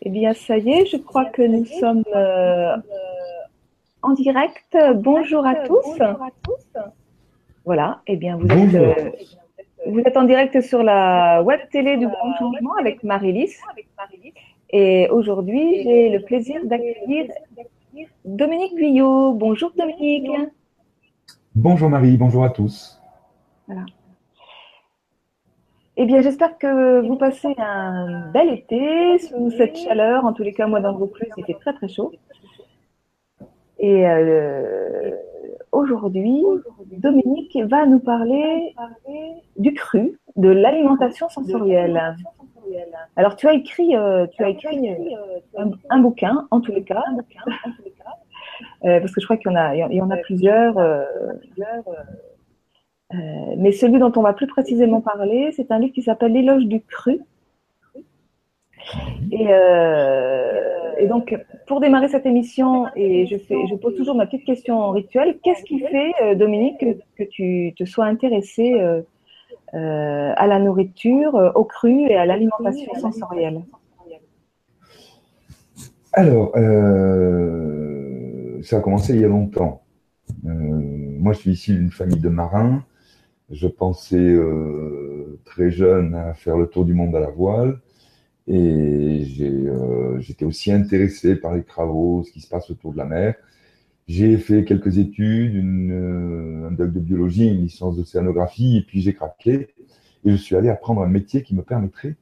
Eh bien, ça y est, je crois que nous sommes en direct. Bonjour à tous. Voilà, eh bien, Bonjour. vous êtes en direct sur la web télé du Grand Changement avec Marie-Lys. Et aujourd'hui, j'ai le plaisir d'accueillir Dominique Guyot. Bonjour Dominique. Bonjour Marie, bonjour à tous. Voilà. Eh bien, j'espère que vous passez un bel été sous cette chaleur. En tous les cas, moi, dans le Vaucluse, il fait très très chaud. Et aujourd'hui, Dominique va nous parler du cru, de l'alimentation sensorielle. Alors, tu as écrit un bouquin, en tous les cas, parce que je crois qu'il y en a plusieurs, mais celui dont on va plus précisément parler, c'est un livre qui s'appelle L'éloge du cru. Et donc, pour démarrer cette émission, je pose toujours ma petite question rituelle. Qu'est-ce qui fait, Dominique, que tu te sois intéressée à la nourriture, au cru et à l'alimentation sensorielle? Alors, ça a commencé il y a longtemps. Moi, je suis issu d'une famille de marins. Je pensais très jeune à faire le tour du monde à la voile. Et j'étais aussi intéressé par les travaux, ce qui se passe autour de la mer. J'ai fait quelques études, un doc de biologie, une licence d'océanographie, et puis j'ai craqué. Et je suis allé apprendre un métier qui me permettrait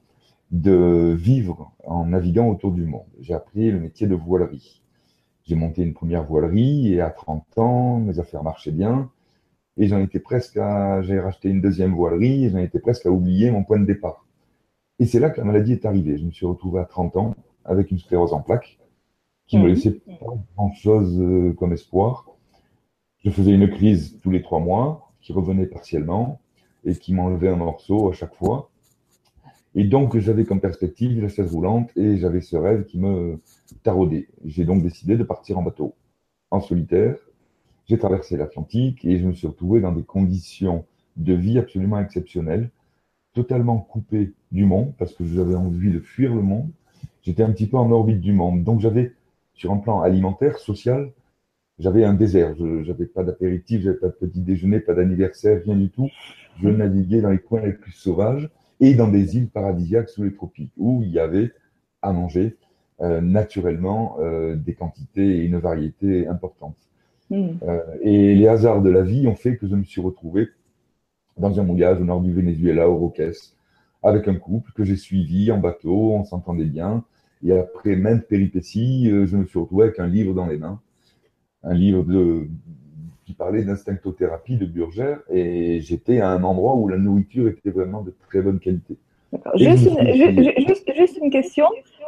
de vivre en naviguant autour du monde. J'ai appris le métier de voilerie. J'ai monté une première voilerie et à 30 ans, mes affaires marchaient bien. Et j'ai racheté une deuxième voilerie et j'en étais presque à oublier mon point de départ. Et c'est là que la maladie est arrivée. Je me suis retrouvé à 30 ans avec une sclérose en plaques qui me Mhm. laissait pas grand-chose comme espoir. Je faisais une crise tous les 3 mois qui revenait partiellement et qui m'enlevait un morceau à chaque fois. Et donc, j'avais comme perspective la chaise roulante et j'avais ce rêve qui me taraudait. J'ai donc décidé de partir en bateau, en solitaire. J'ai traversé l'Atlantique et je me suis retrouvé dans des conditions de vie absolument exceptionnelles, totalement coupé du monde parce que j'avais envie de fuir le monde. J'étais un petit peu en orbite du monde. Donc, sur un plan alimentaire, social, j'avais un désert. Je n'avais pas d'apéritif, j'avais pas de petit déjeuner, pas d'anniversaire, rien du tout. Je naviguais dans les coins les plus sauvages et dans des îles paradisiaques sous les tropiques où il y avait à manger naturellement des quantités et une variété importante. Mhm. Et les hasards de la vie ont fait que je me suis retrouvé dans un mouillage au nord du Venezuela, au Roques, avec un couple que j'ai suivi en bateau, on s'entendait bien. Et après maintes péripéties, je me suis retrouvé avec un livre dans les mains, un livre qui parlait d'instinctothérapie de Burgère, et j'étais à un endroit où la nourriture était vraiment de très bonne qualité. D'accord. Et je me suis essayé. Juste une question.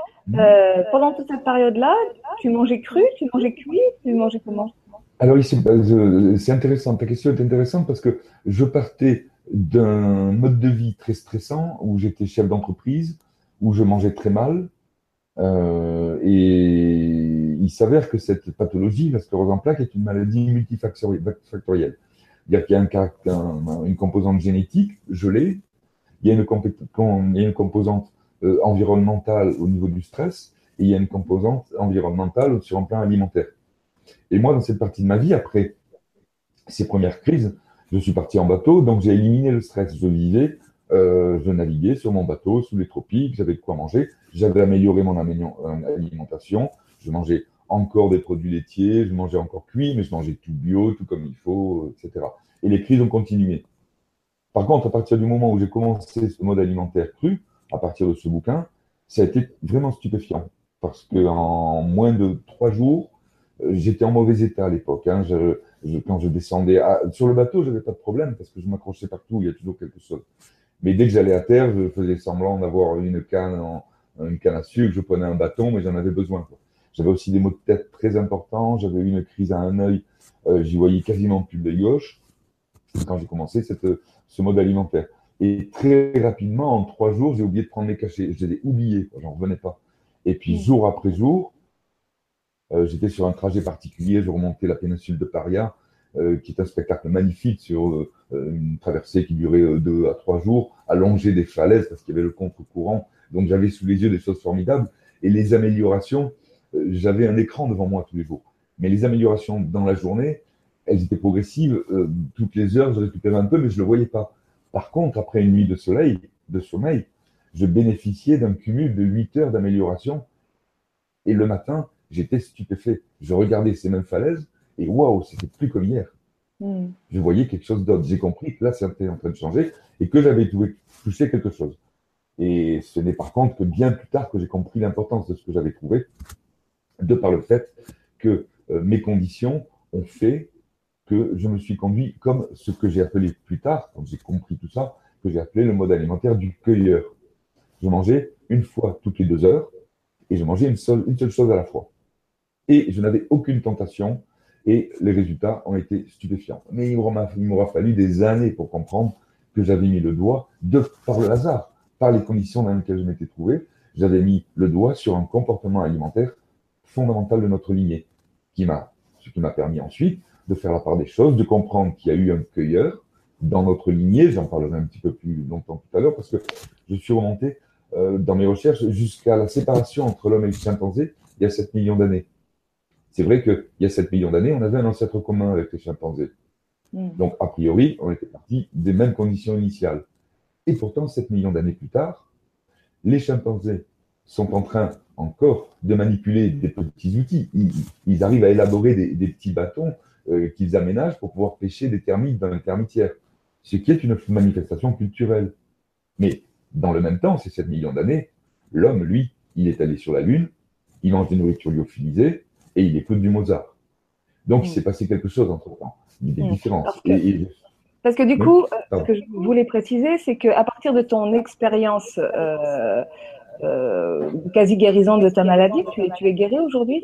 Pendant toute cette période-là, tu mangeais cru, tu mangeais cuit, tu mangeais comment? Alors ici, c'est intéressant, ta question est intéressante parce que je partais d'un mode de vie très stressant où j'étais chef d'entreprise, où je mangeais très mal, et il s'avère que cette pathologie, la sclérose en plaques, est une maladie multifactorielle. C'est-à-dire qu'il y a une composante génétique, je l'ai, il y a il y a une composante environnementale au niveau du stress, et il y a une composante environnementale sur un plan alimentaire. Et moi, dans cette partie de ma vie, après ces premières crises, je suis parti en bateau, donc j'ai éliminé le stress. Je vivais, je naviguais sur mon bateau sous les tropiques, j'avais de quoi manger, j'avais amélioré mon alimentation, je mangeais encore des produits laitiers, je mangeais encore cuit, mais je mangeais tout bio, tout comme il faut, etc. Et les crises ont continué. Par contre, à partir du moment où j'ai commencé ce mode alimentaire cru, à partir de ce bouquin, ça a été vraiment stupéfiant. Parce qu'en moins de 3 jours, j'étais en mauvais état à l'époque. Hein. Quand je descendais sur le bateau, je n'avais pas de problème parce que je m'accrochais partout, il y a toujours quelque chose. Mais dès que j'allais à terre, je faisais semblant d'avoir une canne à sucre, je prenais un bâton, mais j'en avais besoin, quoi. J'avais aussi des maux de tête très importants, j'avais eu une crise à un œil, j'y voyais quasiment plus de l'œil gauche quand j'ai commencé ce mode alimentaire. Et très rapidement, en 3 jours, j'ai oublié de prendre mes cachets. Je les ai oubliés, j'en revenais pas. Et puis, jour après jour, j'étais sur un trajet particulier, je remontais la péninsule de Paria, qui est un spectacle magnifique sur une traversée qui durait 2 à 3 jours, allongée des falaises parce qu'il y avait le contre-courant. Donc j'avais sous les yeux des choses formidables. Et les améliorations, j'avais un écran devant moi tous les jours. Mais les améliorations dans la journée, elles étaient progressives. Toutes les heures, je récupérais un peu, mais je ne le voyais pas. Par contre, après une nuit de sommeil, je bénéficiais d'un cumul de 8 heures d'amélioration. Et le matin, j'étais stupéfait. Je regardais ces mêmes falaises et waouh, c'était plus comme hier. Je voyais quelque chose d'autre. J'ai compris que là, c'était en train de changer et que j'avais touché quelque chose. Et ce n'est par contre que bien plus tard que j'ai compris l'importance de ce que j'avais trouvé, de par le fait que mes conditions ont fait que je me suis conduit comme ce que j'ai appelé plus tard, quand j'ai compris tout ça, que j'ai appelé le mode alimentaire du cueilleur. Je mangeais une fois toutes les 2 heures et je mangeais une seule chose à la fois. Et je n'avais aucune tentation et les résultats ont été stupéfiants. Mais il m'aura fallu des années pour comprendre que j'avais mis le doigt, par le hasard, par les conditions dans lesquelles je m'étais trouvé, j'avais mis le doigt sur un comportement alimentaire fondamental de notre lignée, ce qui m'a permis ensuite de faire la part des choses, de comprendre qu'il y a eu un cueilleur dans notre lignée. J'en parlerai un petit peu plus longtemps tout à l'heure parce que je suis remonté dans mes recherches jusqu'à la séparation entre l'homme et le chimpanzé il y a 7 millions d'années. C'est vrai qu'il y a 7 millions d'années, on avait un ancêtre commun avec les chimpanzés. Donc, a priori, on était partis des mêmes conditions initiales. Et pourtant, 7 millions d'années plus tard, les chimpanzés sont en train encore de manipuler des petits outils. Ils arrivent à élaborer des petits bâtons qu'ils aménagent pour pouvoir pêcher des termites dans les termitières, ce qui est une manifestation culturelle. Mais dans le même temps, ces 7 millions d'années, l'homme, lui, il est allé sur la Lune, il mange des nourritures lyophilisées et il écoute du Mozart. Donc, il s'est passé quelque chose entre-temps. Il y a des différences. Parce que du coup, ce que je voulais préciser, c'est qu'à partir de ton expérience quasi guérisante de ta maladie, tu es guéri aujourd'hui?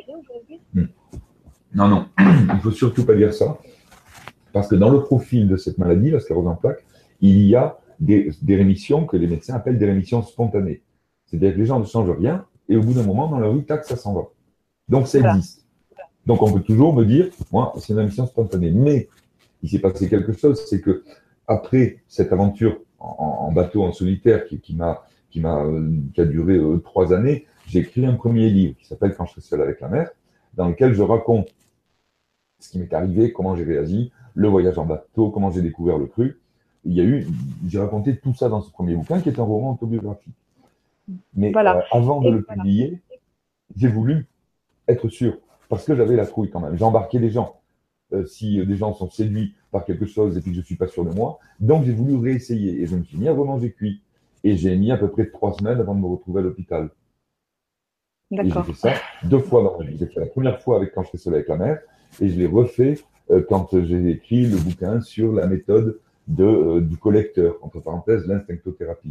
Non, non, il ne faut surtout pas dire ça. Parce que dans le profil de cette maladie, la sclérose en plaques, il y a des rémissions que les médecins appellent des rémissions spontanées. C'est-à-dire que les gens ne changent rien et au bout d'un moment, dans leur vie, tac, ça s'en va. Donc, ça existe. Donc, on peut toujours me dire, moi, c'est une rémission spontanée. Mais il s'est passé quelque chose, c'est que après cette aventure en bateau, en solitaire, qui a duré 3 années, j'ai écrit un premier livre qui s'appelle Quand je serai seul avec la mer, dans lequel je raconte ce qui m'est arrivé, comment j'ai réagi, le voyage en bateau, comment j'ai découvert le cru. J'ai raconté tout ça dans ce premier bouquin qui est un roman autobiographique. Mais avant de le publier, j'ai voulu être sûr, parce que j'avais la trouille quand même. J'ai embarqué des gens. Si des gens sont séduits par quelque chose et puis que je ne suis pas sûr de moi. Donc, j'ai voulu réessayer et je me suis mis à remanger cuit. Et j'ai mis à peu près 3 semaines avant de me retrouver à l'hôpital. Et j'ai fait ça 2 fois dans ma vie. J'ai fait la première fois avec Quand je serai seul avec la mer et je l'ai refait quand j'ai écrit le bouquin sur la méthode du collecteur, entre parenthèses, l'instinctothérapie.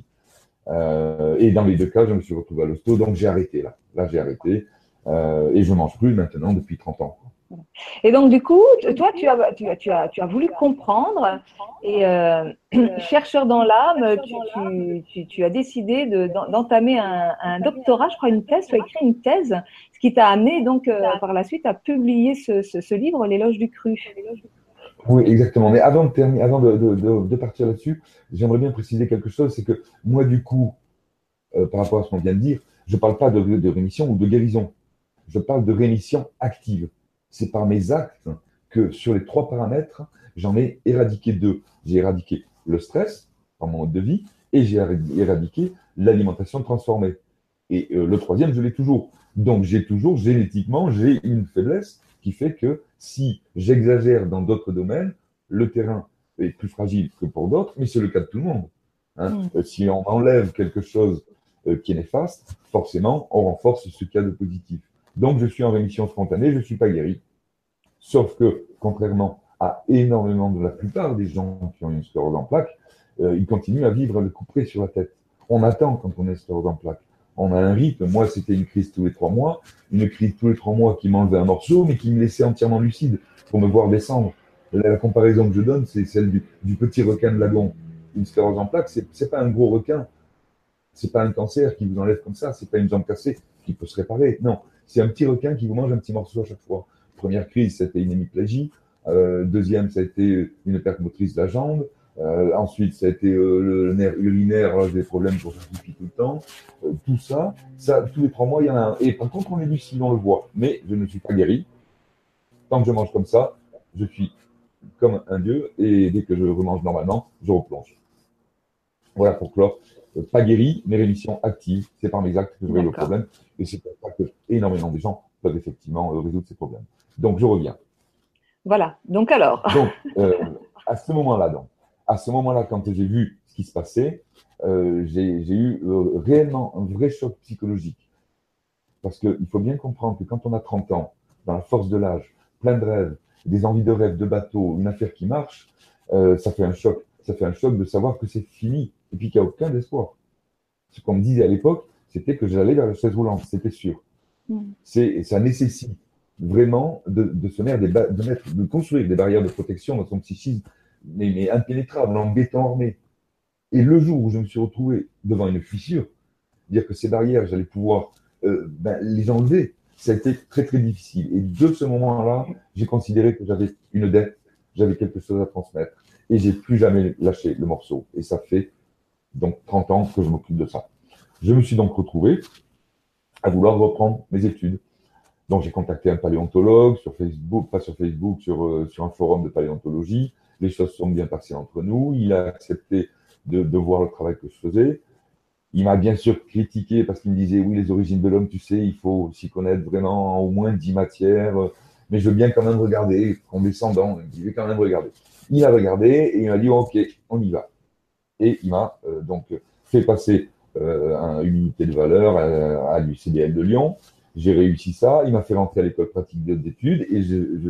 Et dans les 2 cas, je me suis retrouvé à l'hosto, donc j'ai arrêté là. Là, j'ai arrêté et je ne mange plus maintenant depuis 30 ans. Et donc, du coup, toi, tu as voulu comprendre et chercheur dans l'âme, tu as décidé d'entamer un doctorat, je crois, une thèse, tu as écrit une thèse, ce qui t'a amené donc par la suite à publier ce livre, L'éloge du cru. Oui, exactement. Mais avant de partir là-dessus, j'aimerais bien préciser quelque chose, c'est que moi, du coup, par rapport à ce qu'on vient de dire, je ne parle pas de rémission ou de guérison, je parle de rémission active. C'est par mes actes que sur les 3 paramètres, j'en ai éradiqué 2. J'ai éradiqué le stress dans mon mode de vie et j'ai éradiqué l'alimentation transformée. Et le 3e, je l'ai toujours. Donc, génétiquement, j'ai une faiblesse qui fait que si j'exagère dans d'autres domaines, le terrain est plus fragile que pour d'autres, mais c'est le cas de tout le monde. Si on enlève quelque chose qui est néfaste, forcément, on renforce ce qu'il y a de positif. Donc, je suis en rémission spontanée, je ne suis pas guéri. Sauf que, contrairement à énormément de la plupart des gens qui ont une sclérose en plaques, ils continuent à vivre le couperet sur la tête. On attend quand on est sclérose en plaques. On a un rythme. Moi, c'était une crise tous les 3 mois. Une crise tous les 3 mois qui m'enlevait un morceau, mais qui me laissait entièrement lucide pour me voir descendre. La comparaison que je donne, c'est celle du petit requin de lagon. Une sclérose en plaques, c'est pas un gros requin. C'est pas un cancer qui vous enlève comme ça. C'est pas une jambe cassée qui peut se réparer. Non. C'est un petit requin qui vous mange un petit morceau à chaque fois. Première crise, c'était une hémiplégie. Deuxième, ça a été une perte motrice de la jambe. Ensuite, ça a été le nerf urinaire. J'ai des problèmes pour faire pipi tout le temps. tout ça, tous les 3 mois, il y en a un. Et par contre, on est lucide, on le voit. Mais je ne suis pas guéri. Tant que je mange comme ça, je suis comme un dieu. Et dès que je remange normalement, je replonge. Voilà pour clore. Pas guéri, mais rémission active. C'est par mes actes que je règle le problème. Et c'est pour ça que énormément de gens peuvent effectivement résoudre ces problèmes. Donc, je reviens. Voilà. Donc, alors. Donc, à ce moment-là, quand j'ai vu ce qui se passait, j'ai eu réellement un vrai choc psychologique. Parce qu'il faut bien comprendre que quand on a 30 ans, dans la force de l'âge, plein de rêves, des envies de rêve, de bateau, une affaire qui marche, ça fait un choc. Ça fait un choc de savoir que c'est fini et puis qu'il n'y a aucun espoir. Ce qu'on me disait à l'époque, c'était que j'allais vers la chaise roulante, c'était sûr. Ça nécessite vraiment de construire des barrières de protection dans son psychisme, mais impénétrables, en béton armé. Et le jour où je me suis retrouvé devant une fissure, dire que ces barrières, j'allais pouvoir les enlever, ça a été très très difficile. Et de ce moment-là, j'ai considéré que j'avais une dette, j'avais quelque chose à transmettre, et j'ai plus jamais lâché le morceau. Et ça fait donc 30 ans que je m'occupe de ça. Je me suis donc retrouvé à vouloir reprendre mes études. Donc j'ai contacté un paléontologue sur Facebook, pas sur Facebook, sur un forum de paléontologie. Les choses sont bien passées entre nous. Il a accepté de voir le travail que je faisais. Il m'a bien sûr critiqué parce qu'il me disait, oui, les origines de l'homme, tu sais, il faut s'y connaître vraiment au moins 10 matières, mais je veux bien quand même regarder, condescendant, il vais quand même regarder. Il a regardé et il m'a dit, ok, on y va. Et il m'a donc fait passer une unité de valeur à l'UCBL de Lyon. J'ai réussi ça. Il m'a fait rentrer à l'école pratique d'études et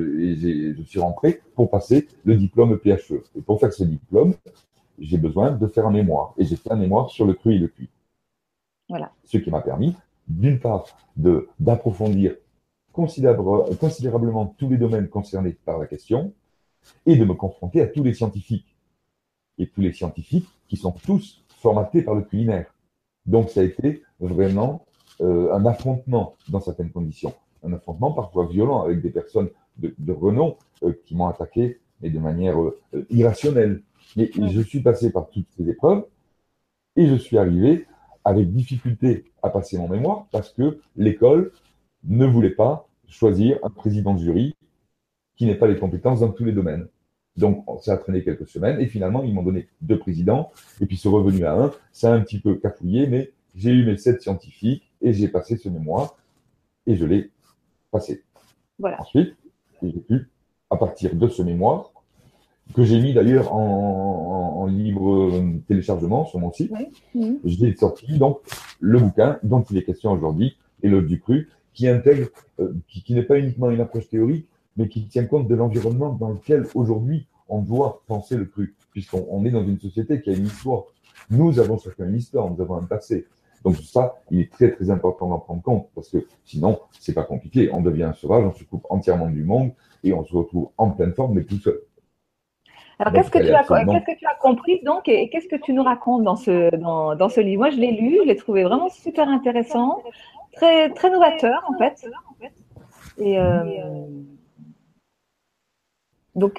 je suis rentré pour passer le diplôme PHE. Et pour faire ce diplôme, j'ai besoin de faire un mémoire. Et j'ai fait un mémoire sur le cru et le cuit. Voilà. Ce qui m'a permis, d'une part, d'approfondir considérablement tous les domaines concernés par la question et de me confronter à tous les scientifiques. Et tous les scientifiques qui sont tous formatés par le culinaire. Donc ça a été vraiment un affrontement dans certaines conditions. Un affrontement parfois violent avec des personnes de renom qui m'ont attaqué, mais de manière irrationnelle. Mais je suis passé par toutes ces épreuves et je suis arrivé avec difficulté à passer mon mémoire parce que l'école ne voulait pas choisir un président de jury qui n'ait pas les compétences dans tous les domaines. Donc, ça a traîné quelques semaines et finalement, ils m'ont donné 2 présidents et puis c'est revenu à 1. Ça a un petit peu cafouillé, mais j'ai eu mes 7 scientifiques et j'ai passé ce mémoire et je l'ai passé. Voilà. Ensuite, j'ai pu, à partir de ce mémoire, que j'ai mis d'ailleurs en libre téléchargement sur mon site, je l'ai sorti donc le bouquin dont il est question aujourd'hui, Et l'œuf du cru, qui intègre, qui n'est pas uniquement une approche théorique, mais qui tient compte de l'environnement dans lequel aujourd'hui on doit penser le cru, puisqu'on est dans une société qui a une histoire. Nous avons chacun une histoire, nous avons un passé. Donc ça, il est très très important d'en prendre compte, parce que sinon, c'est pas compliqué. On devient un sauvage, on se coupe entièrement du monde et on se retrouve en pleine forme, mais tout seul. Alors, qu'est-ce que tu as compris donc et qu'est-ce que tu nous racontes dans ce livre? Moi, je l'ai lu, je l'ai trouvé vraiment super intéressant, très, très novateur en fait. Et donc,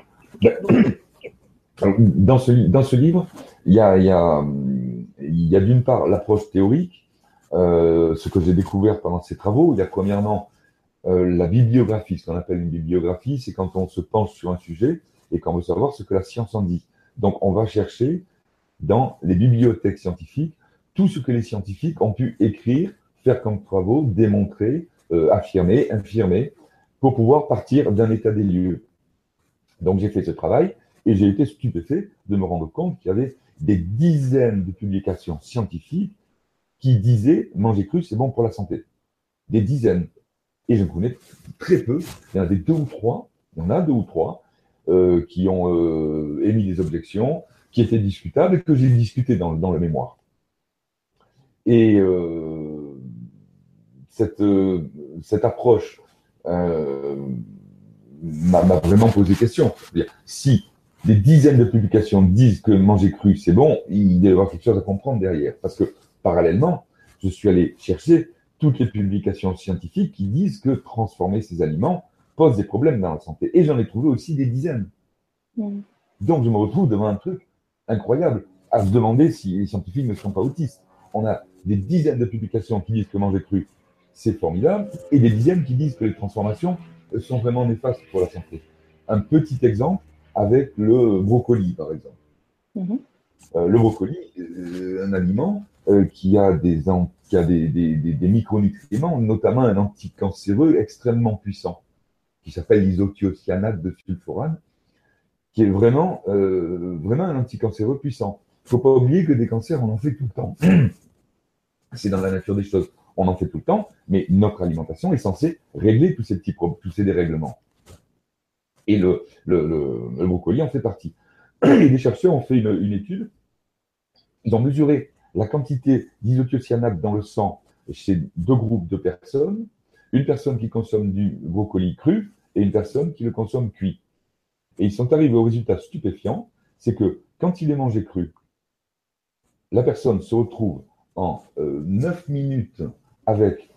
dans ce livre, il y a d'une part l'approche théorique, ce que j'ai découvert pendant ces travaux. Il y a premièrement la bibliographie. Ce qu'on appelle une bibliographie, c'est quand on se penche sur un sujet et qu'on veut savoir ce que la science en dit. Donc, on va chercher dans les bibliothèques scientifiques tout ce que les scientifiques ont pu écrire, faire comme travaux, démontrer, affirmer, infirmer, pour pouvoir partir d'un état des lieux. Donc, j'ai fait ce travail et j'ai été stupéfait de me rendre compte qu'il y avait des dizaines de publications scientifiques qui disaient « manger cru, c'est bon pour la santé ». Des dizaines. Et je connais très peu. Il y en a deux ou trois qui ont émis des objections, qui étaient discutables et que j'ai discuté dans le mémoire. Et cette approche m'a vraiment posé question. Si des dizaines de publications disent que manger cru, c'est bon, il doit y avoir quelque chose à comprendre derrière. Parce que, parallèlement, je suis allé chercher toutes les publications scientifiques qui disent que transformer ces aliments pose des problèmes dans la santé. Et j'en ai trouvé aussi des dizaines. Donc, je me retrouve devant un truc incroyable, à se demander si les scientifiques ne sont pas autistes. On a des dizaines de publications qui disent que manger cru, c'est formidable, et des dizaines qui disent que les transformations sont vraiment néfastes pour la santé. Un petit exemple avec le brocoli, par exemple. Mhm. Le brocoli, un aliment qui a des micronutriments, notamment un anticancéreux extrêmement puissant, qui s'appelle l'isothiocyanate de sulforane, qui est vraiment un anticancéreux puissant. Il ne faut pas oublier que des cancers, on en fait tout le temps. C'est dans la nature des choses. On en fait tout le temps, mais notre alimentation est censée régler tous ces dérèglements. Et le brocoli en fait partie. Et des chercheurs ont fait une étude. Ils ont mesuré la quantité d'isothiocyanate dans le sang chez deux groupes de personnes. Une personne qui consomme du brocoli cru et une personne qui le consomme cuit. Et ils sont arrivés au résultat stupéfiant, c'est que quand il est mangé cru, la personne se retrouve en 9 minutes avec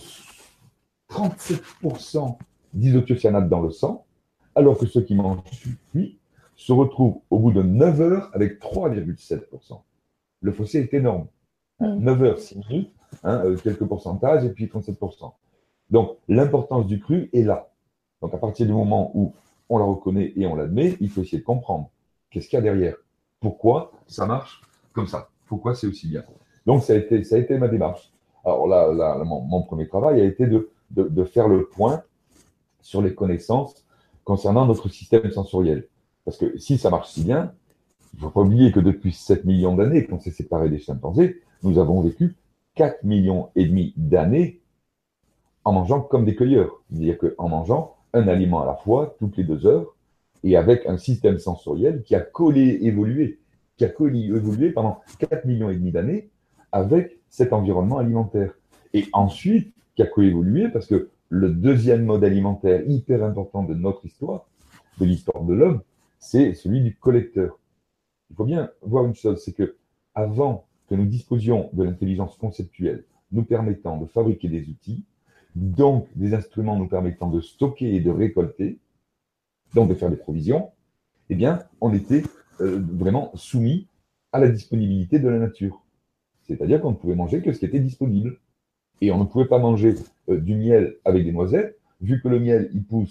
37% d'isothiocyanate dans le sang, alors que ceux qui mangent cuit se retrouvent au bout de 9 heures avec 3,7%. Le fossé est énorme. 9 heures, 6 minutes, quelques pourcentages, et puis 37%. Donc, l'importance du cru est là. Donc, à partir du moment où on la reconnaît et on l'admet, il faut essayer de comprendre qu'est-ce qu'il y a derrière. Pourquoi ça marche comme ça? Pourquoi c'est aussi bien? Donc, ça a été ma démarche. Alors là, mon premier travail a été de faire le point sur les connaissances concernant notre système sensoriel. Parce que si ça marche si bien, il ne faut pas oublier que depuis 7 millions d'années, quand on s'est séparé des chimpanzés, nous avons vécu 4 millions et demi d'années en mangeant comme des cueilleurs. C'est-à-dire qu'en mangeant un aliment à la fois, toutes les 2 heures, et avec un système sensoriel qui a évolué pendant 4 millions et demi d'années avec cet environnement alimentaire. Et ensuite, qui a coévolué parce que le deuxième mode alimentaire hyper important de notre histoire, de l'histoire de l'homme, c'est celui du collecteur. Il faut bien voir une chose, c'est que avant que nous disposions de l'intelligence conceptuelle nous permettant de fabriquer des outils, donc des instruments nous permettant de stocker et de récolter, donc de faire des provisions, eh bien, on était vraiment soumis à la disponibilité de la nature. C'est-à-dire qu'on ne pouvait manger que ce qui était disponible. Et on ne pouvait pas manger du miel avec des noisettes, vu que le miel,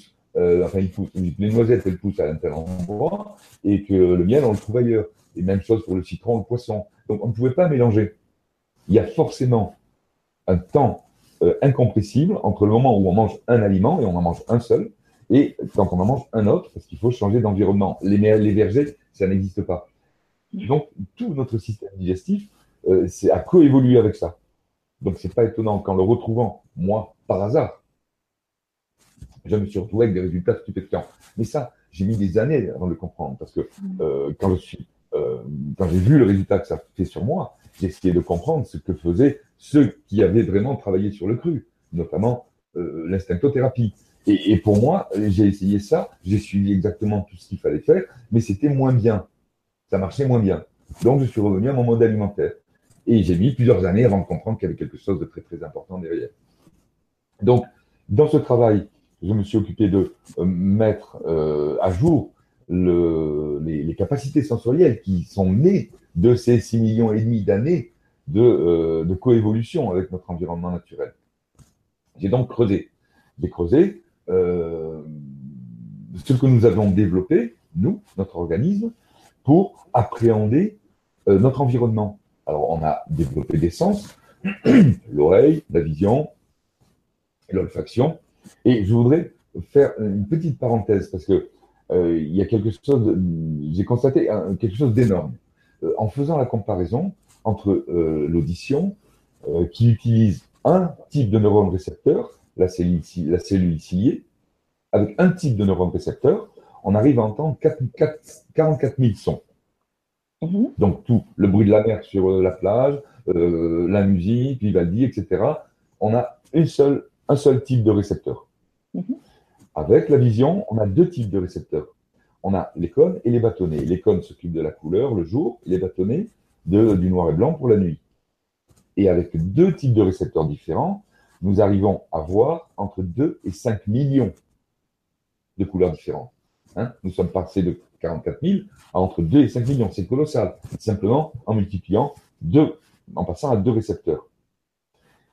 les noisettes, elles poussent à un tel endroit, et que le miel, on le trouve ailleurs. Et même chose pour le citron, le poisson. Donc, on ne pouvait pas mélanger. Il y a forcément un temps incompressible entre le moment où on mange un aliment, et on en mange un seul, et quand on en mange un autre, parce qu'il faut changer d'environnement. Les vergers, ça n'existe pas. Donc, tout notre système digestif a coévolué avec ça. Donc, ce n'est pas étonnant qu'en le retrouvant, moi, par hasard, je me suis retrouvé avec des résultats stupéfiants. Mais ça, j'ai mis des années avant de le comprendre, parce que quand j'ai vu le résultat que ça fait sur moi, j'ai essayé de comprendre ce que faisaient ceux qui avaient vraiment travaillé sur le cru, notamment l'instinctothérapie. Et pour moi, j'ai essayé ça, j'ai suivi exactement tout ce qu'il fallait faire, mais c'était moins bien. Ça marchait moins bien. Donc, je suis revenu à mon mode alimentaire. Et j'ai mis plusieurs années avant de comprendre qu'il y avait quelque chose de très, très important derrière. Donc, dans ce travail, je me suis occupé de mettre à jour les capacités sensorielles qui sont nées de ces 6 millions et demi d'années de coévolution avec notre environnement naturel. J'ai donc creusé. J'ai creusé ce que nous avons développé, nous, notre organisme, pour appréhender notre environnement. Alors, on a développé des sens, l'oreille, la vision, l'olfaction. Et je voudrais faire une petite parenthèse parce que il y a j'ai constaté quelque chose d'énorme. En faisant la comparaison entre l'audition, qui utilise un type de neurone récepteur, la cellule ciliée, avec un type de neurone récepteur, on arrive à entendre 44 000 sons. Donc, tout le bruit de la mer sur la plage, la musique, Vivaldi, etc. On a un seul type de récepteur. Avec la vision, on a 2 types de récepteurs. On a les cônes et les bâtonnets. Les cônes s'occupent de la couleur le jour, les bâtonnets du noir et blanc pour la nuit. Et avec 2 types de récepteurs différents, nous arrivons à voir entre 2 et 5 millions de couleurs différentes. Nous sommes passés de 44 000 à entre 2 et 5 millions. C'est colossal. Simplement en multipliant en passant à 2 récepteurs.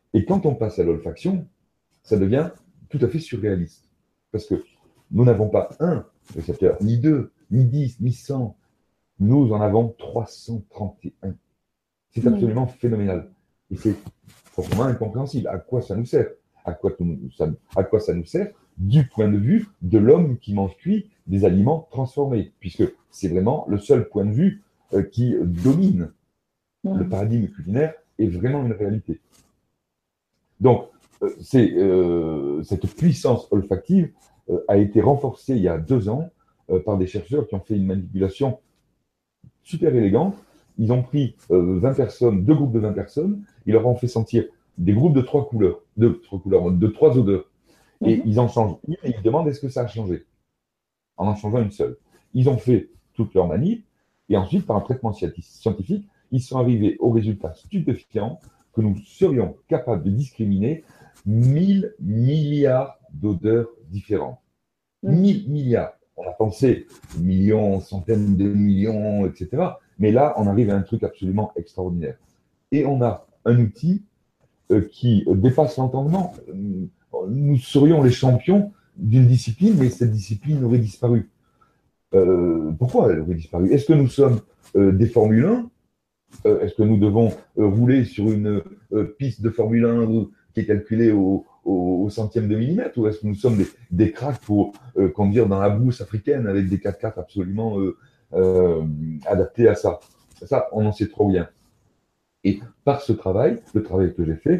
Et quand on passe à l'olfaction, ça devient tout à fait surréaliste. Parce que nous n'avons pas un récepteur, ni deux, ni 10, ni 100. Nous en avons 331. C'est absolument phénoménal. Et c'est forcément incompréhensible. À quoi ça nous sert? À quoi ça nous sert du point de vue de l'homme qui mange cuit des aliments transformés, puisque c'est vraiment le seul point de vue qui domine. Le paradigme culinaire est vraiment une réalité. Donc, cette puissance olfactive a été renforcée il y a 2 ans par des chercheurs qui ont fait une manipulation super élégante. Ils ont pris 20 personnes, 2 groupes de 20 personnes, ils leur ont fait sentir des groupes de 3 couleurs, de 3 odeurs. Et ils en changent une et ils demandent est-ce que ça a changé en changeant une seule. Ils ont fait toute leur manip et ensuite, par un traitement scientifique, ils sont arrivés au résultat stupéfiant que nous serions capables de discriminer 1000 milliards d'odeurs différentes. 1000 milliards. On a pensé millions, centaines de millions, etc. Mais là, on arrive à un truc absolument extraordinaire. Et on a un outil qui dépasse l'entendement. Nous serions les champions d'une discipline, mais cette discipline aurait disparu. Pourquoi elle aurait disparu? Est-ce que nous sommes des Formule 1? Est-ce que nous devons rouler sur une piste de Formule 1 qui est calculée au centième de millimètre? Ou est-ce que nous sommes des cracks pour conduire dans la brousse africaine avec des 4x4 absolument adaptés à ça? Ça, on en sait trop rien. Et par ce travail, le travail que j'ai fait,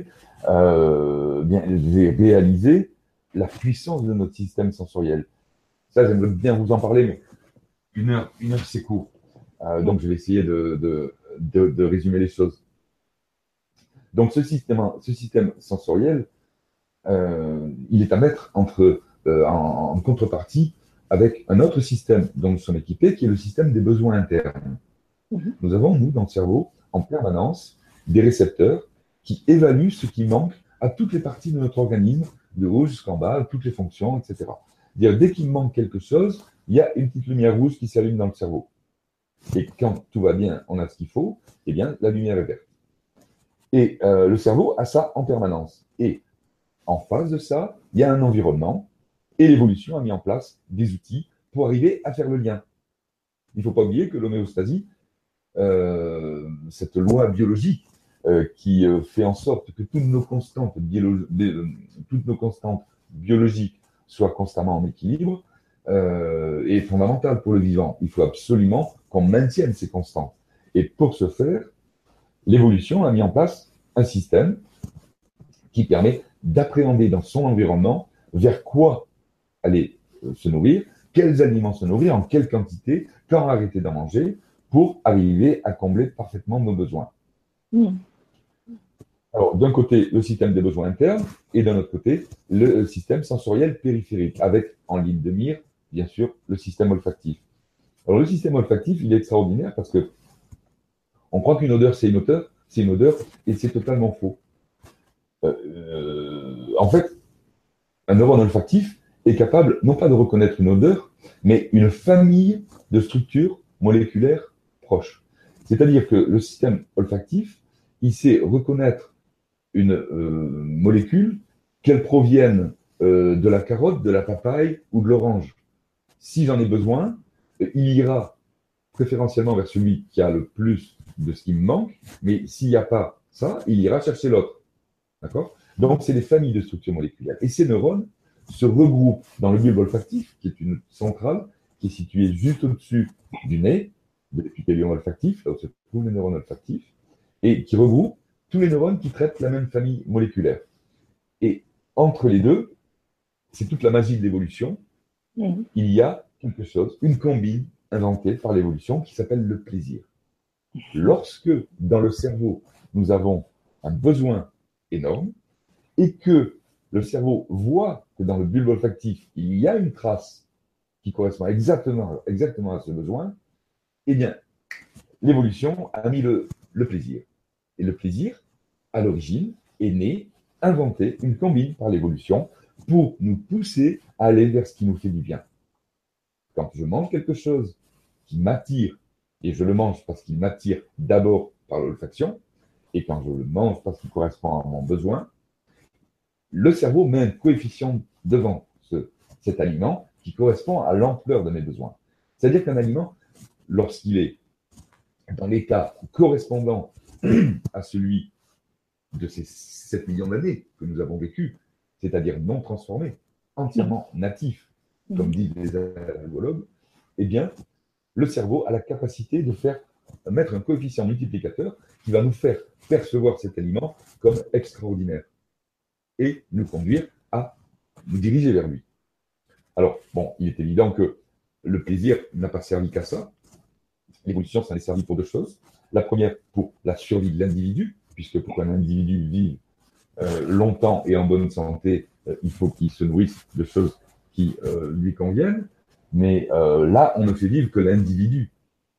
j'ai réalisé la puissance de notre système sensoriel. Ça, j'aimerais bien vous en parler, mais une heure c'est court. Donc, je vais essayer de résumer les choses. Donc, ce système sensoriel, il est à mettre en contrepartie avec un autre système dont nous sommes équipés, qui est le système des besoins internes. Nous avons, nous, dans le cerveau, en permanence, des récepteurs qui évaluent ce qui manque à toutes les parties de notre organisme, de haut jusqu'en bas, toutes les fonctions, etc. C'est-à-dire, dès qu'il manque quelque chose, il y a une petite lumière rouge qui s'allume dans le cerveau. Et quand tout va bien, on a ce qu'il faut, eh bien, la lumière est verte. Et le cerveau a ça en permanence. Et en face de ça, il y a un environnement, et l'évolution a mis en place des outils pour arriver à faire le lien. Il ne faut pas oublier que l'homéostasie, cette loi biologique qui fait en sorte que toutes nos constantes biologiques soient constamment en équilibre, est fondamentale pour le vivant. Il faut absolument qu'on maintienne ces constantes. Et pour ce faire, l'évolution a mis en place un système qui permet d'appréhender dans son environnement vers quoi aller se nourrir, quels aliments se nourrir, en quelle quantité, quand arrêter d'en manger, pour arriver à combler parfaitement nos besoins. Alors, d'un côté, le système des besoins internes, et d'un autre côté, le système sensoriel périphérique, avec en ligne de mire, bien sûr, le système olfactif. Alors, le système olfactif, il est extraordinaire parce que on croit qu'une odeur, c'est une odeur, et c'est totalement faux. En fait, un neurone olfactif est capable, non pas de reconnaître une odeur, mais une famille de structures moléculaires proches. C'est-à-dire que le système olfactif, il sait reconnaître une molécule, qu'elle provienne de la carotte, de la papaye ou de l'orange. Si j'en ai besoin, il ira préférentiellement vers celui qui a le plus de ce qui me manque, mais s'il n'y a pas ça, il ira chercher l'autre. D'accord? Donc, c'est des familles de structures moléculaires. Et ces neurones se regroupent dans le bulbe olfactif, qui est une centrale qui est située juste au-dessus du nez, de l'épithélium olfactif, là où se trouvent les neurones olfactifs, et qui regroupe tous les neurones qui traitent la même famille moléculaire. Et entre les deux, c'est toute la magie de l'évolution, il y a quelque chose, une combine inventée par l'évolution qui s'appelle le plaisir. Lorsque, dans le cerveau, nous avons un besoin énorme et que le cerveau voit que dans le bulbe olfactif, il y a une trace qui correspond exactement à ce besoin, eh bien, l'évolution a mis le plaisir. Et le plaisir, à l'origine, est né, inventé, une combine par l'évolution pour nous pousser à aller vers ce qui nous fait du bien. Quand je mange quelque chose qui m'attire, et je le mange parce qu'il m'attire d'abord par l'olfaction, et quand je le mange parce qu'il correspond à mon besoin, le cerveau met un coefficient devant cet aliment qui correspond à l'ampleur de mes besoins. C'est-à-dire qu'un aliment, lorsqu'il est dans l'état correspondant à celui de ces 7 millions d'années que nous avons vécu, c'est-à-dire non transformé, entièrement natif, comme disent les allergologues, eh bien, le cerveau a la capacité de mettre un coefficient multiplicateur qui va nous faire percevoir cet aliment comme extraordinaire et nous conduire à nous diriger vers lui. Alors, bon, il est évident que le plaisir n'a pas servi qu'à ça. L'évolution, ça en est servi pour deux choses. La première, pour la survie de l'individu, puisque pour qu'un individu vive longtemps et en bonne santé, il faut qu'il se nourrisse de choses qui lui conviennent. Mais là, on ne fait vivre que l'individu.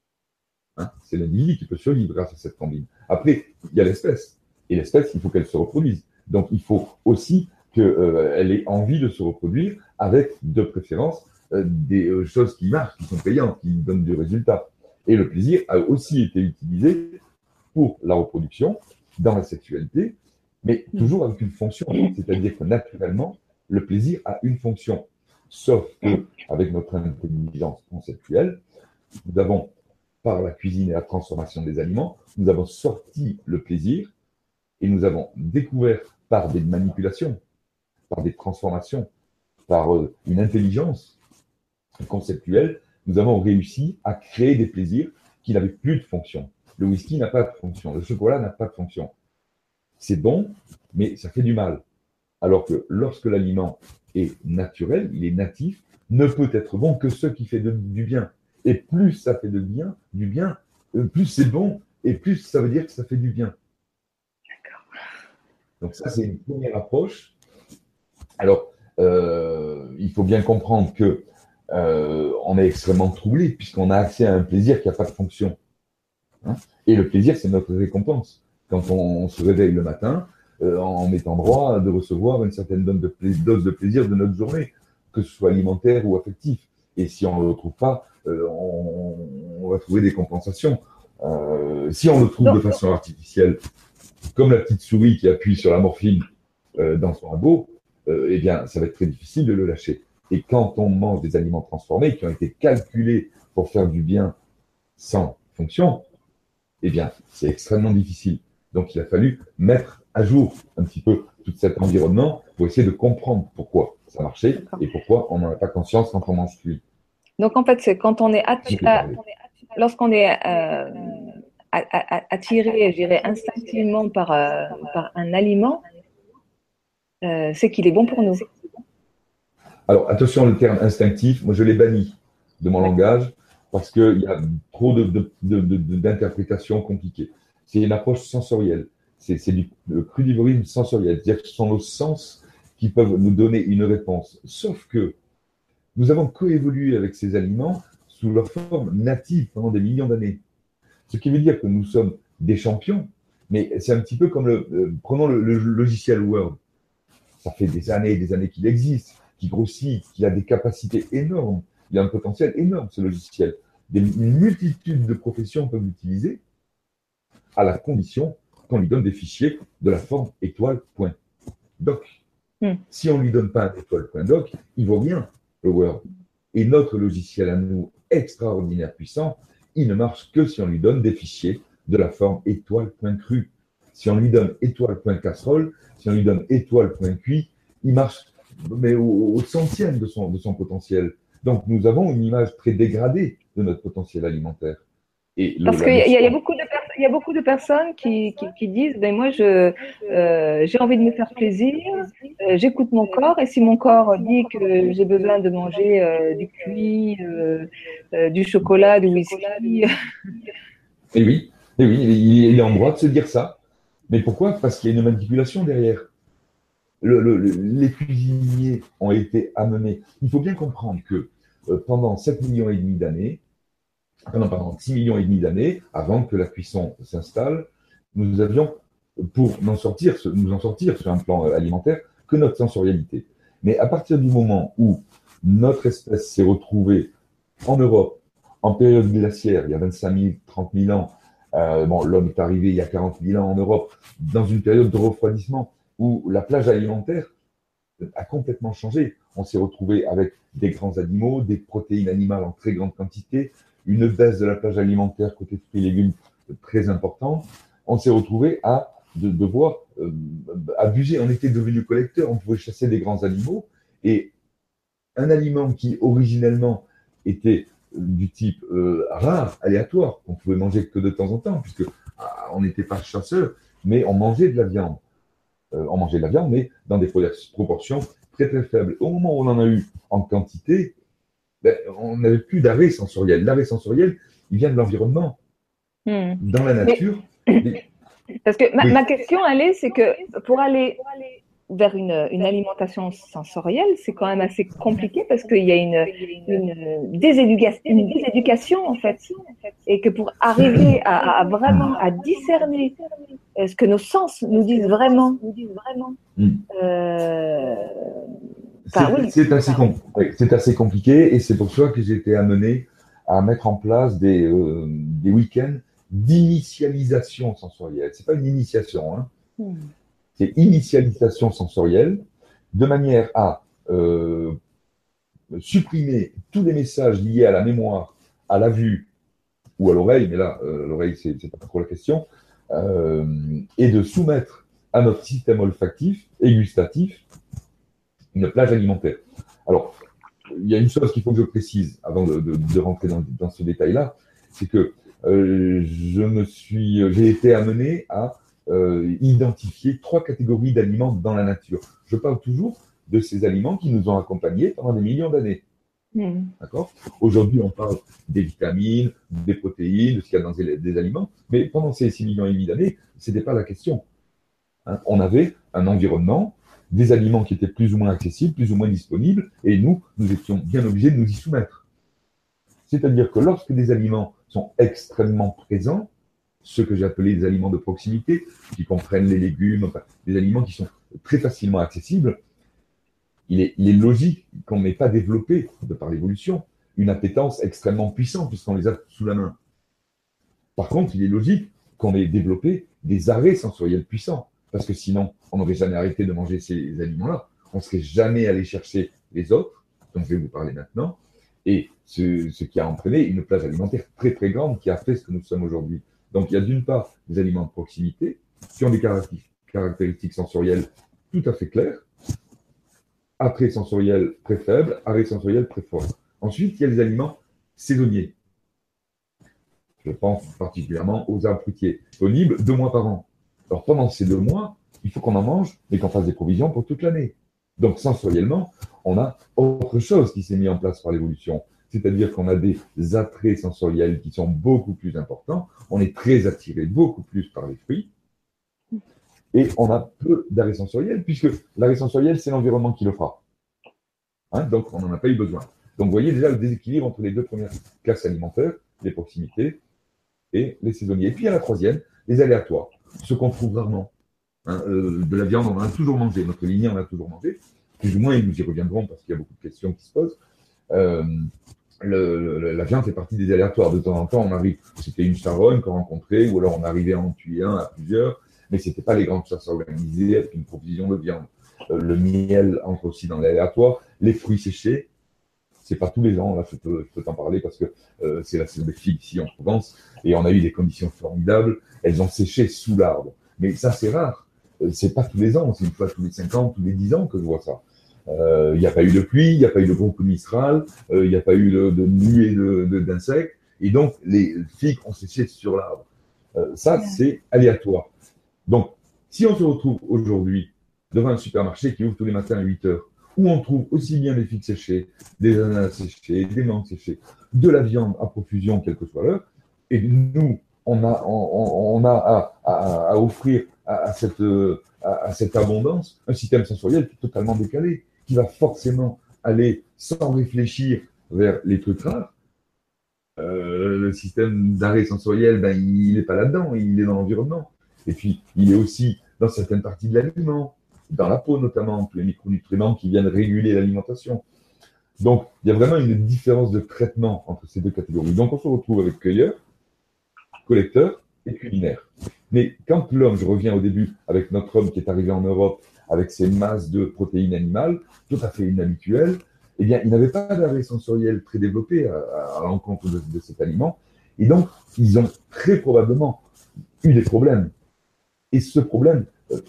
Hein, c'est l'individu qui peut survivre grâce à cette combine. Après, il y a l'espèce. Et l'espèce, il faut qu'elle se reproduise. Donc, il faut aussi qu'elle ait envie de se reproduire avec, de préférence, des choses qui marchent, qui sont payantes, qui donnent du résultat. Et le plaisir a aussi été utilisé pour la reproduction, dans la sexualité, mais toujours avec une fonction. C'est-à-dire que naturellement, le plaisir a une fonction. Sauf qu'avec notre intelligence conceptuelle, nous avons, par la cuisine et la transformation des aliments, nous avons sorti le plaisir et nous avons découvert par des manipulations, par des transformations, par une intelligence conceptuelle, nous avons réussi à créer des plaisirs qui n'avaient plus de fonction. Le whisky n'a pas de fonction, le chocolat n'a pas de fonction. C'est bon, mais ça fait du mal. Alors que lorsque l'aliment est naturel, il est natif, ne peut être bon que ce qui fait du bien. Et plus ça fait du bien, plus c'est bon, et plus ça veut dire que ça fait du bien. D'accord. Donc ça, c'est une première approche. Alors, il faut bien comprendre que on est extrêmement troublé puisqu'on a accès à un plaisir qui n'a pas de fonction. Hein, et le plaisir, c'est notre récompense. Quand on se réveille le matin, en étant droit de recevoir une certaine dose de plaisir de notre journée, que ce soit alimentaire ou affectif. Et si on ne le retrouve pas, on va trouver des compensations. Si on le trouve de façon artificielle, comme la petite souris qui appuie sur la morphine dans son labo, eh bien, ça va être très difficile de le lâcher. Et quand on mange des aliments transformés qui ont été calculés pour faire du bien sans fonction, eh bien, c'est extrêmement difficile. Donc, il a fallu mettre à jour un petit peu tout cet environnement pour essayer de comprendre pourquoi ça marchait et pourquoi on n'en a pas conscience quand on mange cuit. Donc, en fait, c'est quand on est lorsqu'on est attiré, je dirais, instinctivement par un aliment, c'est qu'il est bon pour nous. Alors, attention, le terme instinctif, moi, je l'ai banni de mon langage parce qu'il y a trop d'interprétations compliquées. C'est une approche sensorielle. C'est du crudivorisme sensoriel. C'est-à-dire que ce sont nos sens qui peuvent nous donner une réponse. Sauf que nous avons coévolué avec ces aliments sous leur forme native pendant des millions d'années. Ce qui veut dire que nous sommes des champions, mais c'est un petit peu comme prenons le logiciel Word. Ça fait des années qu'il existe, qui grossit, qui a des capacités énormes. Il a un potentiel énorme, ce logiciel. Une multitude de professions peuvent l'utiliser à la condition qu'on lui donne des fichiers de la forme étoile.doc. Si on ne lui donne pas un étoile.doc, il vaut rien, le Word. Et notre logiciel à nous, extraordinaire puissant, il ne marche que si on lui donne des fichiers de la forme étoile.cru. Si on lui donne étoile.casserole, si on lui donne étoile.cuit, il marche mais au centième de son potentiel. Donc, nous avons une image très dégradée de notre potentiel alimentaire. Parce qu'il y a beaucoup de personnes qui disent, ben moi, j'ai envie de me faire plaisir, j'écoute mon corps, et si mon corps dit que j'ai besoin de manger du cuit, du chocolat, du whisky. Et oui, il est en droit de se dire ça. Mais pourquoi? Parce qu'il y a une manipulation derrière. Les cuisiniers ont été amenés. Il faut bien comprendre que pendant 7 millions et demi d'années, pendant 6 millions et demi d'années, avant que la cuisson s'installe, nous avions, pour nous en sortir sur un plan alimentaire, que notre sensorialité. Mais à partir du moment où notre espèce s'est retrouvée en Europe, en période glaciaire, il y a 25 000, 30 000 ans, l'homme est arrivé il y a 40 000 ans en Europe, dans une période de refroidissement, où la plage alimentaire a complètement changé. On s'est retrouvé avec des grands animaux, des protéines animales en très grande quantité, une baisse de la plage alimentaire côté fruits et légumes très importante. On s'est retrouvé à devoir abuser. On était devenu collecteur, on pouvait chasser des grands animaux. Et un aliment qui originellement était du type rare, aléatoire, qu'on pouvait manger que de temps en temps, puisque on n'était pas chasseur, mais on mangeait de la viande. On mangeait de la viande, mais dans des proportions très très faibles. Au moment où on en a eu en quantité, ben, on n'avait plus d'arrêt sensoriel. L'arrêt sensoriel, il vient de l'environnement. Dans la nature. Parce que Oui. ma question, c'est que pour aller vers une alimentation sensorielle, c'est quand même assez compliqué parce qu'il y a une déséducation en fait. Et que pour arriver à vraiment à discerner ce que nos sens nous disent vraiment, c'est assez compliqué et c'est pour ça que j'ai été amené à mettre en place des week-ends d'initialisation sensorielle. C'est pas une initiation, hein. C'est initialisation sensorielle, de manière à supprimer tous les messages liés à la mémoire, à la vue ou à l'oreille, mais là, l'oreille, c'est pas trop la question, et de soumettre à notre système olfactif et gustatif une plage alimentaire. Alors, il y a une chose qu'il faut que je précise avant de rentrer dans ce détail-là, c'est que j'ai été amené à identifier 3 catégories d'aliments dans la nature. Je parle toujours de ces aliments qui nous ont accompagnés pendant des millions d'années. D'accord ? Aujourd'hui, on parle des vitamines, des protéines, de ce qu'il y a dans des aliments, mais pendant ces 6 millions et demi d'années, ce n'était pas la question. Hein ? On avait un environnement, des aliments qui étaient plus ou moins accessibles, plus ou moins disponibles, et nous étions bien obligés de nous y soumettre. C'est-à-dire que lorsque des aliments sont extrêmement présents, ceux que j'ai appelés des aliments de proximité, qui comprennent les légumes, enfin, des aliments qui sont très facilement accessibles, il est logique qu'on n'ait pas développé, de par l'évolution, une appétence extrêmement puissante, puisqu'on les a sous la main. Par contre, il est logique qu'on ait développé des arrêts sensoriels puissants, parce que sinon, on n'aurait jamais arrêté de manger ces aliments-là. On ne serait jamais allé chercher les autres, dont je vais vous parler maintenant, et ce qui a entraîné une plage alimentaire très très grande qui a fait ce que nous sommes aujourd'hui. Donc il y a d'une part des aliments de proximité qui ont des caractéristiques sensorielles tout à fait claires, attrait sensoriel très faible, arrêt sensoriel très fort. Ensuite, il y a les aliments saisonniers. Je pense particulièrement aux arbres fruitiers, disponibles 2 mois par an. Alors pendant ces 2 mois, il faut qu'on en mange, mais qu'on fasse des provisions pour toute l'année. Donc sensoriellement, on a autre chose qui s'est mis en place par l'évolution. C'est-à-dire qu'on a des attraits sensoriels qui sont beaucoup plus importants. On est très attiré beaucoup plus par les fruits. Et on a peu d'arrêt sensoriel, puisque l'arrêt sensoriel, c'est l'environnement qui le fera. Hein, donc, on n'en a pas eu besoin. Donc, vous voyez déjà le déséquilibre entre les 2 premières classes alimentaires, les proximités et les saisonniers. Et puis, il y a la troisième, les aléatoires, ce qu'on trouve rarement. Hein, de la viande, on en a toujours mangé. Notre lignée, on en a toujours mangé. Plus ou moins, et nous y reviendrons parce qu'il y a beaucoup de questions qui se posent. La viande fait partie des aléatoires. De temps en temps, on arrive, c'était une charogne qu'on rencontrait, ou alors on arrivait à en tuer un à plusieurs, mais ce n'était pas les grandes chasses organisées avec une provision de viande. Le miel entre aussi dans l'aléatoire. Les fruits séchés, c'est pas tous les ans, là je peux t'en parler parce que c'est la saison des figues ici en Provence, et on a eu des conditions formidables, elles ont séché sous l'arbre. Mais ça c'est rare, c'est pas tous les ans, c'est une fois tous les 5 ans, tous les 10 ans que je vois ça. Il n'y a pas eu de pluie, il n'y a pas eu de gros coup de mistral, il n'y a pas eu de nuée d'insectes, et donc les figues ont séché sur l'arbre. Ça, c'est aléatoire. Donc, si on se retrouve aujourd'hui devant un supermarché qui ouvre tous les matins à 8 heures, où on trouve aussi bien des figues séchées, des ananas séchés, des mangues séchées, de la viande à profusion, quelle que soit l'heure, et nous, on a à offrir à cette abondance un système sensoriel qui est totalement décalé, qui va forcément aller sans réfléchir vers les trucs rares. Le système d'arrêt sensoriel, ben, il n'est pas là-dedans, il est dans l'environnement. Et puis, il est aussi dans certaines parties de l'aliment, dans la peau notamment, tous les micronutriments qui viennent réguler l'alimentation. Donc, il y a vraiment une différence de traitement entre ces 2 catégories. Donc, on se retrouve avec cueilleurs, collecteurs et culinaires. Mais quand l'homme, je reviens au début, avec notre homme qui est arrivé en Europe avec ses masses de protéines animales, tout à fait inhabituelles, eh bien, ils n'avaient pas d'arrêt sensoriel très développé à l'encontre de cet aliment. Et donc, ils ont très probablement eu des problèmes. Et ce problème,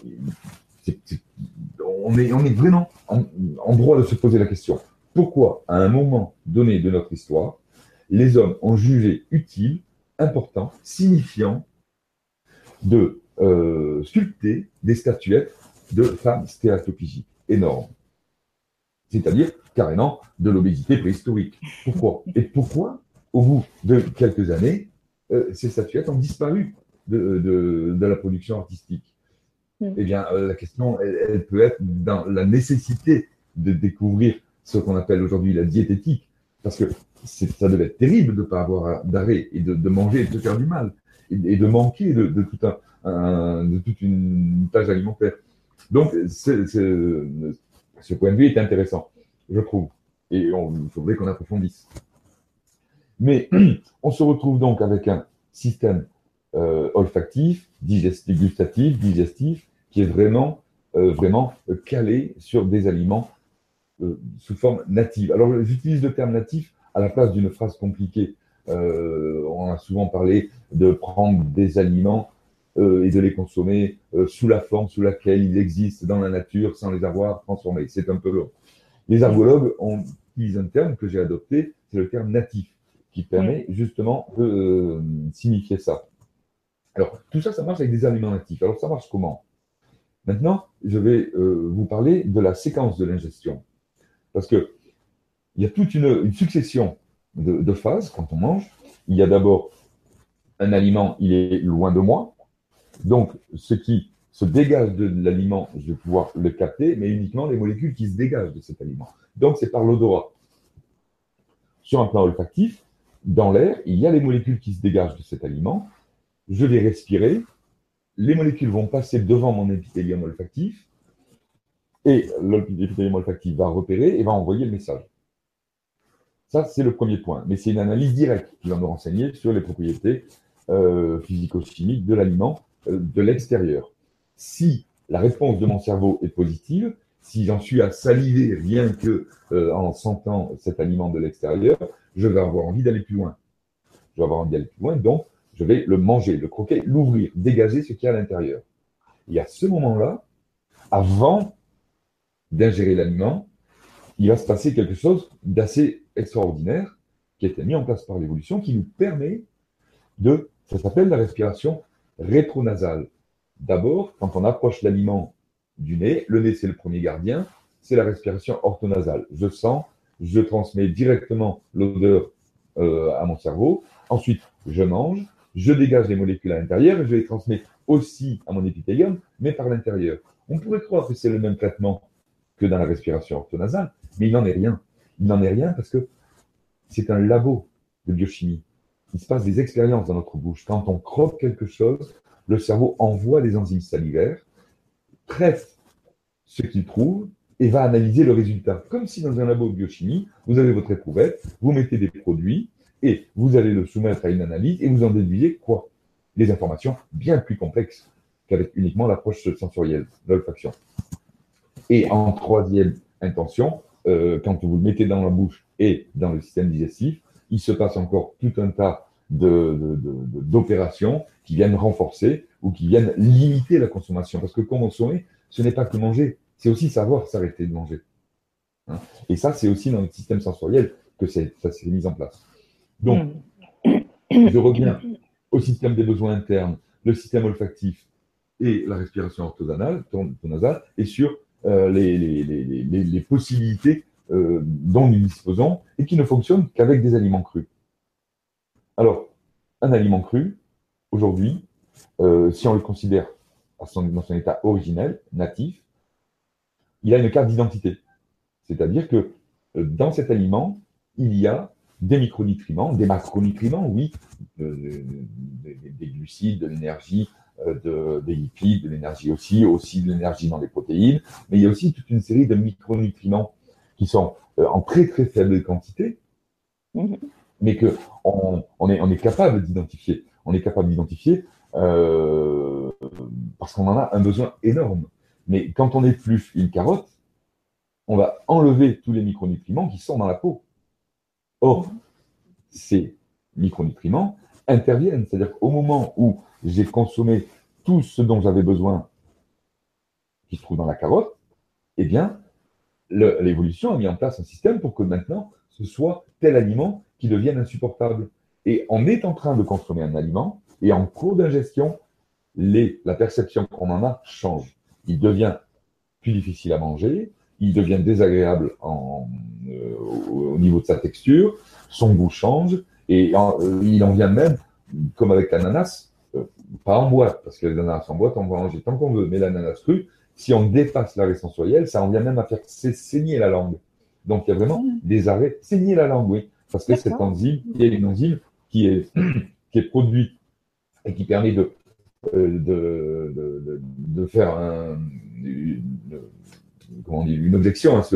on est vraiment en droit de se poser la question. Pourquoi, à un moment donné de notre histoire, les hommes ont jugé utile, important, signifiant de sculpter des statuettes de femmes stéatopygiques énormes, c'est-à-dire carrément de l'obésité préhistorique. Pourquoi? Et pourquoi, au bout de quelques années, ces statuettes ont disparu de la production artistique? Eh bien, la question, elle peut être dans la nécessité de découvrir ce qu'on appelle aujourd'hui la diététique, parce que ça devait être terrible de ne pas avoir d'arrêt et de manger et de se faire du mal, et de manquer de toute une tâche alimentaire. Donc, ce point de vue est intéressant, je trouve, et il faudrait qu'on approfondisse. Mais on se retrouve donc avec un système olfactif, gustatif, digestif, qui est vraiment calé sur des aliments sous forme native. Alors, j'utilise le terme natif à la place d'une phrase compliquée. On a souvent parlé de prendre des aliments et de les consommer sous la forme sous laquelle ils existent dans la nature sans les avoir transformés. C'est un peu long. Les herbologues utilisent un terme que j'ai adopté, c'est le terme natif, qui permet justement de signifier ça. Alors, tout ça, ça marche avec des aliments natifs. Alors, ça marche comment? Maintenant, je vais vous parler de la séquence de l'ingestion. Parce qu'il y a toute une succession de phases quand on mange. Il y a d'abord un aliment, il est loin de moi. Donc, ce qui se dégage de l'aliment, je vais pouvoir le capter, mais uniquement les molécules qui se dégagent de cet aliment. Donc, c'est par l'odorat. Sur un plan olfactif, dans l'air, il y a les molécules qui se dégagent de cet aliment. Je vais respirer. Les molécules vont passer devant mon épithélium olfactif. Et l'épithélium olfactif va repérer et va envoyer le message. Ça, c'est le premier point. Mais c'est une analyse directe qui va me renseigner sur les propriétés physico-chimiques de l'aliment de l'extérieur. Si la réponse de mon cerveau est positive, si j'en suis à saliver rien que en sentant cet aliment de l'extérieur, je vais avoir envie d'aller plus loin. Je vais avoir envie d'aller plus loin, donc je vais le manger, le croquer, l'ouvrir, dégager ce qu'il y a à l'intérieur. Et à ce moment-là, avant d'ingérer l'aliment, il va se passer quelque chose d'assez extraordinaire qui a été mis en place par l'évolution, qui nous permet ça s'appelle la respiration rétronasale. D'abord, quand on approche l'aliment du nez, le nez c'est le premier gardien, c'est la respiration orthonasale. Je sens, je transmets directement l'odeur à mon cerveau. Ensuite, je mange, je dégage les molécules à l'intérieur et je les transmets aussi à mon épithélium, mais par l'intérieur. On pourrait croire que c'est le même traitement que dans la respiration orthonasale, mais il n'en est rien. Il n'en est rien parce que c'est un labo de biochimie. Il se passe des expériences dans notre bouche. Quand on croque quelque chose, le cerveau envoie des enzymes salivaires, traite ce qu'il trouve et va analyser le résultat. Comme si dans un labo de biochimie, vous avez votre éprouvette, vous mettez des produits et vous allez le soumettre à une analyse et vous en déduisez quoi? Des informations bien plus complexes qu'avec uniquement l'approche sensorielle, l'olfaction. Et en troisième intention, quand vous le mettez dans la bouche et dans le système digestif, il se passe encore tout un tas d'opérations qui viennent renforcer ou qui viennent limiter la consommation. Parce que consommer, ce n'est pas que manger, c'est aussi savoir s'arrêter de manger. Hein, et ça, c'est aussi dans notre système sensoriel que ça s'est mis en place. Donc, je reviens au système des besoins internes, le système olfactif et la respiration orthonasale, et sur les possibilités dont nous disposons et qui ne fonctionnent qu'avec des aliments crus. Alors, un aliment cru, aujourd'hui, si on le considère dans son état originel, natif, il a une carte d'identité. C'est-à-dire que dans cet aliment, il y a des micronutriments, des macronutriments, oui, des glucides, de l'énergie, des lipides, de l'énergie aussi de l'énergie dans les protéines, mais il y a aussi toute une série de micronutriments qui sont en très très faible quantité, mais qu'on est capable d'identifier. On est capable d'identifier parce qu'on en a un besoin énorme. Mais quand on épluche une carotte, on va enlever tous les micronutriments qui sont dans la peau. Or, ces micronutriments interviennent, c'est-à-dire qu'au moment où j'ai consommé tout ce dont j'avais besoin qui se trouve dans la carotte, eh bien, l'évolution a mis en place un système pour que maintenant, ce soit tel aliment qui devienne insupportable. Et on est en train de consommer un aliment, et en cours d'ingestion, la perception qu'on en a change. Il devient plus difficile à manger, il devient désagréable au niveau de sa texture, son goût change, et il en vient même, comme avec l'ananas, pas en boîte, parce que les ananas en boîte, on va manger tant qu'on veut, mais l'ananas cru, si on dépasse l'arrêt sensoriel, ça en vient même à faire saigner la langue. Donc il y a vraiment des arrêts, saigner la langue, oui, parce que cette enzyme, il y a une enzyme qui est produite et qui permet de faire une objection à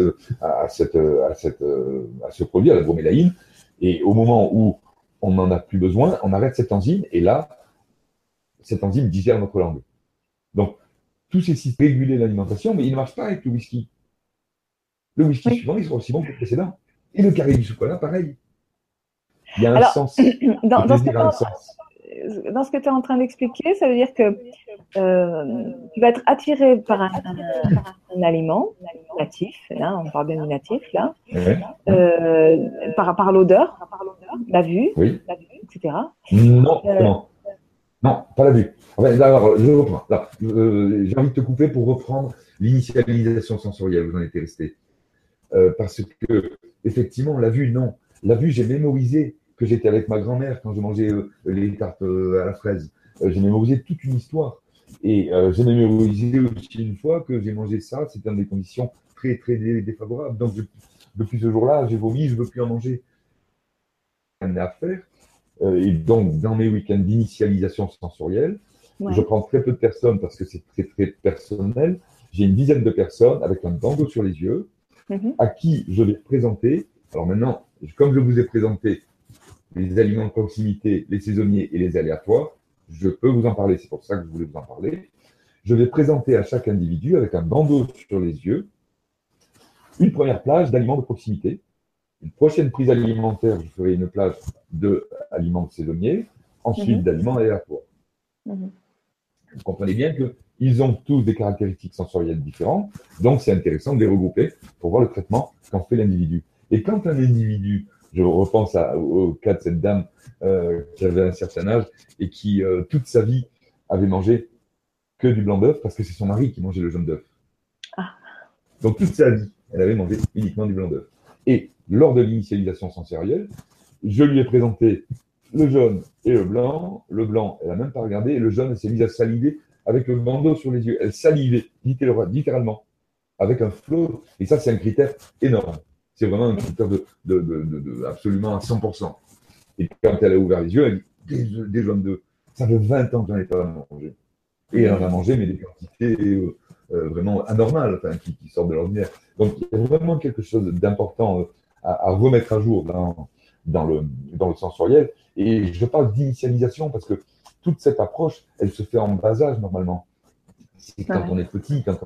ce produit, à la bromélaïne. Et au moment où on n'en a plus besoin, on arrête cette enzyme et là, cette enzyme digère notre langue. Donc, tous ces systèmes réguler l'alimentation, mais ils ne marchent pas avec le whisky. Le whisky suivant, il sera aussi bon que le précédent. Et le carré du chocolat, pareil. Il y a un sens. Dans ce que tu es en train d'expliquer, ça veut dire que tu vas être attiré par un aliment natif, là, on parle bien du natif, là, par l'odeur, la vue, etc. Non, pas la vue. Alors, je reprends. J'ai envie de te couper pour reprendre l'initialisation sensorielle, vous en étiez resté. Parce que, effectivement, la vue, non. La vue, j'ai mémorisé que j'étais avec ma grand-mère quand je mangeais les tartes à la fraise. J'ai mémorisé toute une histoire. Et j'ai mémorisé aussi une fois que j'ai mangé ça, c'était dans des conditions très, très défavorables. Donc, depuis ce jour-là, j'ai vomi, je ne veux plus en manger. Rien à faire. Et donc, dans mes week-ends d'initialisation sensorielle, je prends très peu de personnes parce que c'est très, très personnel. J'ai une dizaine de personnes avec un bandeau sur les yeux à qui je vais présenter. Alors maintenant, comme je vous ai présenté les aliments de proximité, les saisonniers et les aléatoires, je peux vous en parler. C'est pour ça que je voulais vous en parler. Je vais présenter à chaque individu avec un bandeau sur les yeux une première plage d'aliments de proximité. Une prochaine prise alimentaire, je ferai une plage d'aliments saisonniers, ensuite d'aliments aléatoires. Vous comprenez bien qu'ils ont tous des caractéristiques sensorielles différentes, donc c'est intéressant de les regrouper pour voir le traitement qu'en fait l'individu. Et quand un individu, je repense au cas de cette dame qui avait un certain âge et qui, toute sa vie, avait mangé que du blanc d'œuf parce que c'est son mari qui mangeait le jaune d'œuf. Donc toute sa vie, elle avait mangé uniquement du blanc d'œuf. Et lors de l'initialisation sensorielle, je lui ai présenté le jaune et le blanc. Le blanc, elle n'a même pas regardé. Et le jaune, elle s'est mise à saliver avec le bandeau sur les yeux. Elle salivait littéralement avec un flot. Et ça, c'est un critère énorme. C'est vraiment un critère absolument à 100%. Et quand elle a ouvert les yeux, elle dit des jaunes d'œufs. Ça fait 20 ans que j'en ai pas mangé. Et elle en a mangé, mais des quantités vraiment anormales, enfin, qui sortent de l'ordinaire. Donc, il y a vraiment quelque chose d'important à remettre à jour dans le sensoriel. Et je parle d'initialisation parce que toute cette approche, elle se fait en bas âge normalement. C'est quand on est petit, quand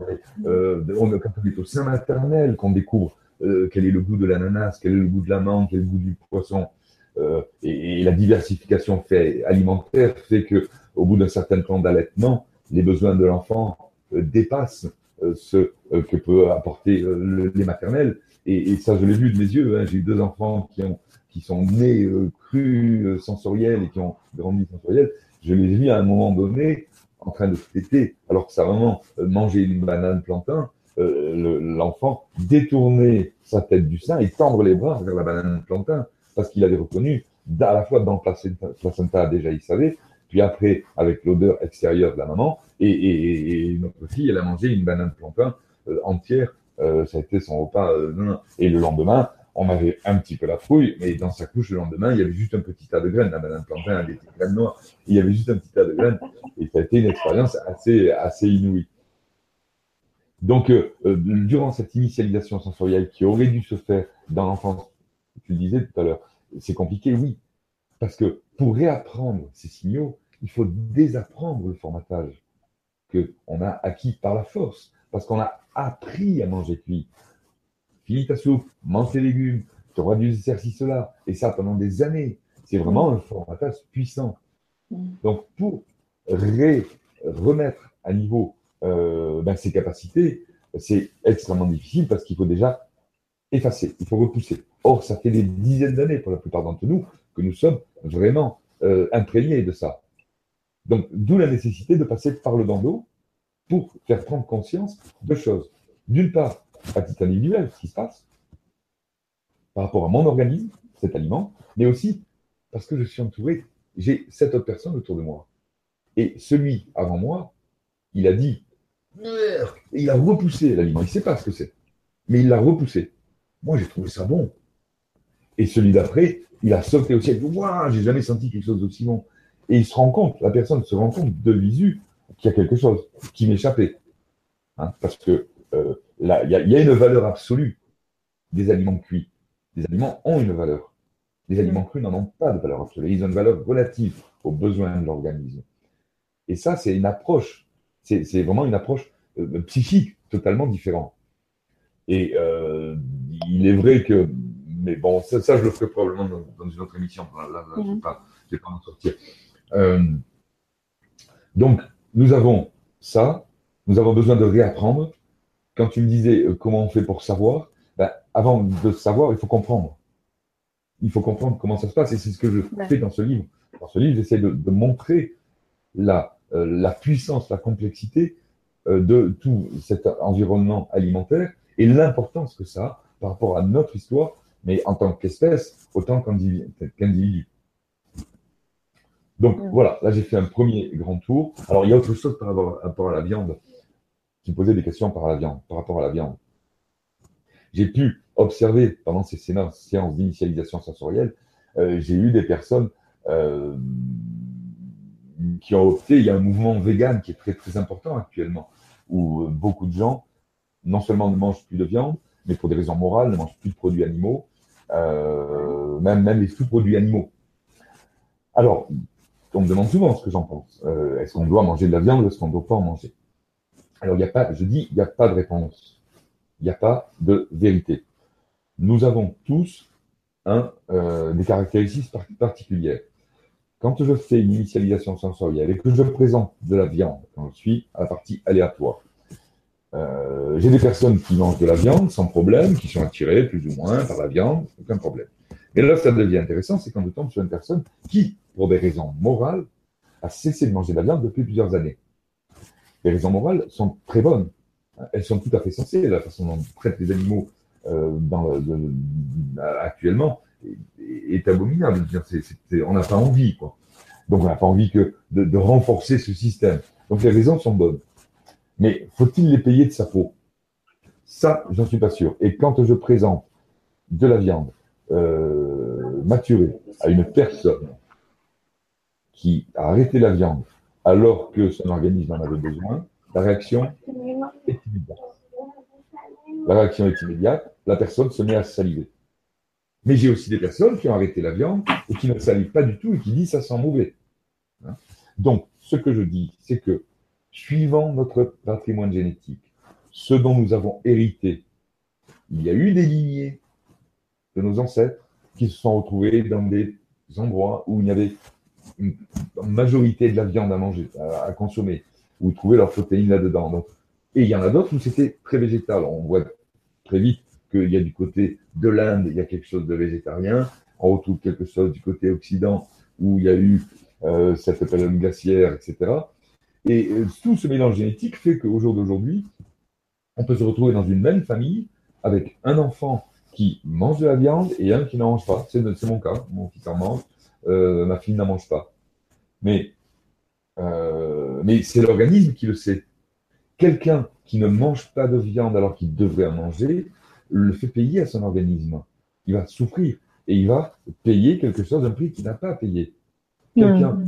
on est au sein maternel, qu'on découvre quel est le goût de l'ananas, quel est le goût de l'amande, quel est le goût du poisson. Et la diversification alimentaire fait qu'au bout d'un certain temps d'allaitement, les besoins de l'enfant dépassent ce que peut apporter le lait maternel. Et ça, je l'ai vu de mes yeux. Hein. J'ai eu 2 enfants qui sont nés crus sensoriels et qui ont grandi sensoriels. Je les ai vus à un moment donné en train de téter, alors que ça a vraiment mangé une banane plantain. L'enfant détourner sa tête du sein et tendre les bras vers la banane plantain parce qu'il avait reconnu, à la fois dans le placenta, déjà il savait, puis après avec l'odeur extérieure de la maman, et notre fille, elle a mangé une banane plantain entière, ça a été son repas, et le lendemain, on avait un petit peu la frouille, mais dans sa couche le lendemain, il y avait juste un petit tas de graines, la banane plantain, des graines noires, il y avait juste un petit tas de graines, et ça a été une expérience assez inouïe. Donc, durant cette initialisation sensorielle qui aurait dû se faire dans l'enfance, tu le disais tout à l'heure, c'est compliqué, oui, parce que pour réapprendre ces signaux, il faut désapprendre le formatage qu'on a acquis par la force. parce qu'on a appris à manger cuit. Finis ta soupe, mange tes légumes, tu auras du ceci, cela, et ça pendant des années. C'est vraiment un formatage puissant. Donc, pour remettre à niveau ses capacités, c'est extrêmement difficile parce qu'il faut déjà effacer, il faut repousser. Or, ça fait des dizaines d'années pour la plupart d'entre nous que nous sommes vraiment imprégnés de ça. Donc, d'où la nécessité de passer par le bandeau pour faire prendre conscience de choses. D'une part, à titre individuel, ce qui se passe par rapport à mon organisme, cet aliment, mais aussi parce que je suis entouré, j'ai 7 autres personnes autour de moi. Et celui avant moi, il a dit, il a repoussé l'aliment, il ne sait pas ce que c'est, mais il l'a repoussé. Moi, j'ai trouvé ça bon. Et celui d'après, il a sauté au ciel, waouh, j'ai jamais senti quelque chose d'aussi bon. Et il se rend compte, la personne se rend compte de visu qu'il y a quelque chose qui m'échappait. Hein, parce que là, il y a une valeur absolue des aliments cuits. Les aliments ont une valeur. Les aliments crus n'en ont pas de valeur absolue. Ils ont une valeur relative aux besoins de l'organisme. Et ça, c'est une approche. C'est vraiment une approche psychique totalement différente. Et il est vrai que, mais bon, ça je le ferai probablement dans une autre émission. Là, je ne vais pas en sortir. Donc, nous avons ça. Nous avons besoin de réapprendre. Quand tu me disais comment on fait pour savoir, ben, avant de savoir, il faut comprendre. Il faut comprendre comment ça se passe. Et c'est ce que je fais dans ce livre. Dans ce livre, j'essaie de montrer la puissance, la complexité de tout cet environnement alimentaire et l'importance que ça a par rapport à notre histoire, mais en tant qu'espèce, autant qu'individu. Donc voilà, là j'ai fait un premier grand tour. Alors il y a autre chose par rapport à la viande, qui posait des questions par rapport à la viande. J'ai pu observer pendant ces séances d'initialisation sensorielle, j'ai eu des personnes qui ont opté. Il y a un mouvement vegan qui est très très important actuellement, où beaucoup de gens non seulement ne mangent plus de viande, mais pour des raisons morales, ne mangent plus de produits animaux, même les sous-produits animaux. Alors, on me demande souvent ce que j'en pense. Est-ce qu'on doit manger de la viande ou est-ce qu'on ne doit pas en manger? Alors, il n'y a pas de réponse. Il n'y a pas de vérité. Nous avons tous des caractéristiques particulières. Quand je fais une initialisation sensorielle et que je présente de la viande, quand je suis à la partie aléatoire, j'ai des personnes qui mangent de la viande sans problème, qui sont attirées plus ou moins par la viande, aucun problème. Mais là, ça devient intéressant, c'est quand je tombe sur une personne qui, pour des raisons morales, a cessé de manger de la viande depuis plusieurs années. Les raisons morales sont très bonnes. Elles sont tout à fait sensées. La façon dont on traite les animaux actuellement est abominable. On n'a pas envie, quoi. Donc, on n'a pas envie de renforcer ce système. Donc, les raisons sont bonnes. Mais faut-il les payer de sa peau? Ça, j'en suis pas sûr. Et quand je présente de la viande maturée à une personne qui a arrêté la viande alors que son organisme en avait besoin, la réaction est immédiate. La réaction est immédiate, la personne se met à saliver. Mais j'ai aussi des personnes qui ont arrêté la viande et qui ne salivent pas du tout et qui disent ça sent mauvais. Donc, ce que je dis, c'est que suivant notre patrimoine génétique, ce dont nous avons hérité, il y a eu des lignées de nos ancêtres qui se sont retrouvés dans des endroits où il y avait une majorité de la viande à manger, à consommer, où ils trouvaient leurs protéines là-dedans. Donc, et il y en a d'autres où c'était très végétal. On voit très vite qu'il y a du côté de l'Inde, il y a quelque chose de végétarien. On retrouve quelque chose du côté occident où il y a eu cette période glaciaire, etc. Et tout ce mélange génétique fait qu'au jour d'aujourd'hui, on peut se retrouver dans une même famille avec un enfant qui mange de la viande et un qui n'en mange pas. C'est mon cas. Mon fils en mange, ma fille n'en mange pas. Mais c'est l'organisme qui le sait. Quelqu'un qui ne mange pas de viande alors qu'il devrait en manger, le fait payer à son organisme. Il va souffrir et il va payer quelque chose d'un prix qu'il n'a pas à payer. Quelqu'un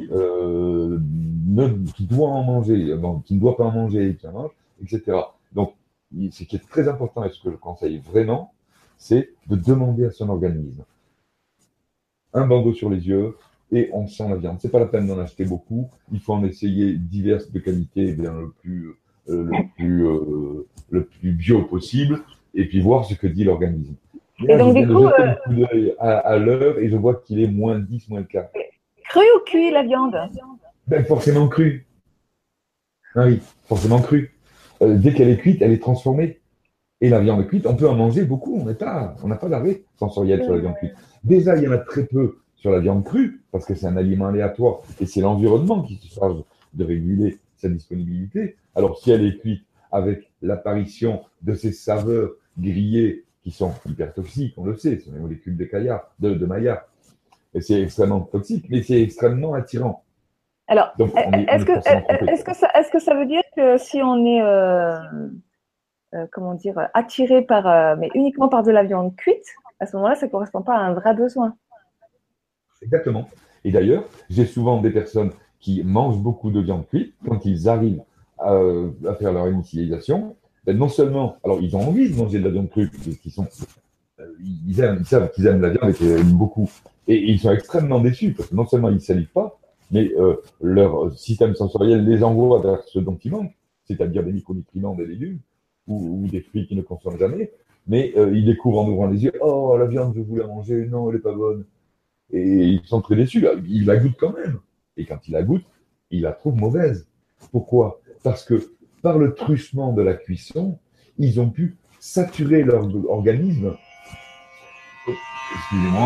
qui doit en manger, qui ne doit pas en manger et qui en mange, etc. Donc, ce qui est très important et ce que je conseille vraiment, c'est de demander à son organisme un bandeau sur les yeux et on sent la viande. C'est pas la peine d'en acheter beaucoup. Il faut en essayer diverses de qualité, bien le plus le plus bio possible, et puis voir ce que dit l'organisme. Mais Et là, je donc, viens du de coup, jeter un coup d'œil à l'heure et je vois qu'il est moins 10, moins le quart. cru ou cuit la viande? Ben, forcément cru. Ah oui, forcément cru. Dès qu'elle est cuite, elle est transformée. Et la viande cuite, on peut en manger beaucoup. On n'a pas d'arrêt sensoriel sur la viande cuite. Déjà, il y en a très peu sur la viande crue, parce que c'est un aliment aléatoire et c'est l'environnement qui se charge de réguler sa disponibilité. Alors, si elle est cuite avec l'apparition de ces saveurs grillées qui sont hyper toxiques, on le sait, ce sont les molécules de Maillard. Et c'est extrêmement toxique, mais c'est extrêmement attirant. Alors, Donc, on est forcément trompé. est-ce que ça veut dire que si on est, comment dire, attiré par, mais uniquement par de la viande cuite, à ce moment-là, ça ne correspond pas à un vrai besoin? Exactement. Et d'ailleurs, j'ai souvent des personnes qui mangent beaucoup de viande cuite, quand ils arrivent à faire leur initialisation, ben non seulement, alors ils ont envie de manger de la viande crue, puisqu'ils sont, ils savent qu'ils aiment la viande et qu'ils aiment beaucoup, et ils sont extrêmement déçus, parce que non seulement ils ne salivent pas, mais leur système sensoriel les envoie vers ce dont ils manquent, c'est-à-dire des micronutriments des légumes, ou des fruits qu'ils ne consomment jamais, mais ils découvrent en ouvrant les yeux, oh la viande, je voulais manger, non, elle n'est pas bonne. Et ils sont très déçus. Il la goûte quand même. Et quand il la goûte, il la trouve mauvaise. Pourquoi? Parce que par le truchement de la cuisson, ils ont pu saturer leur organisme. Excusez-moi.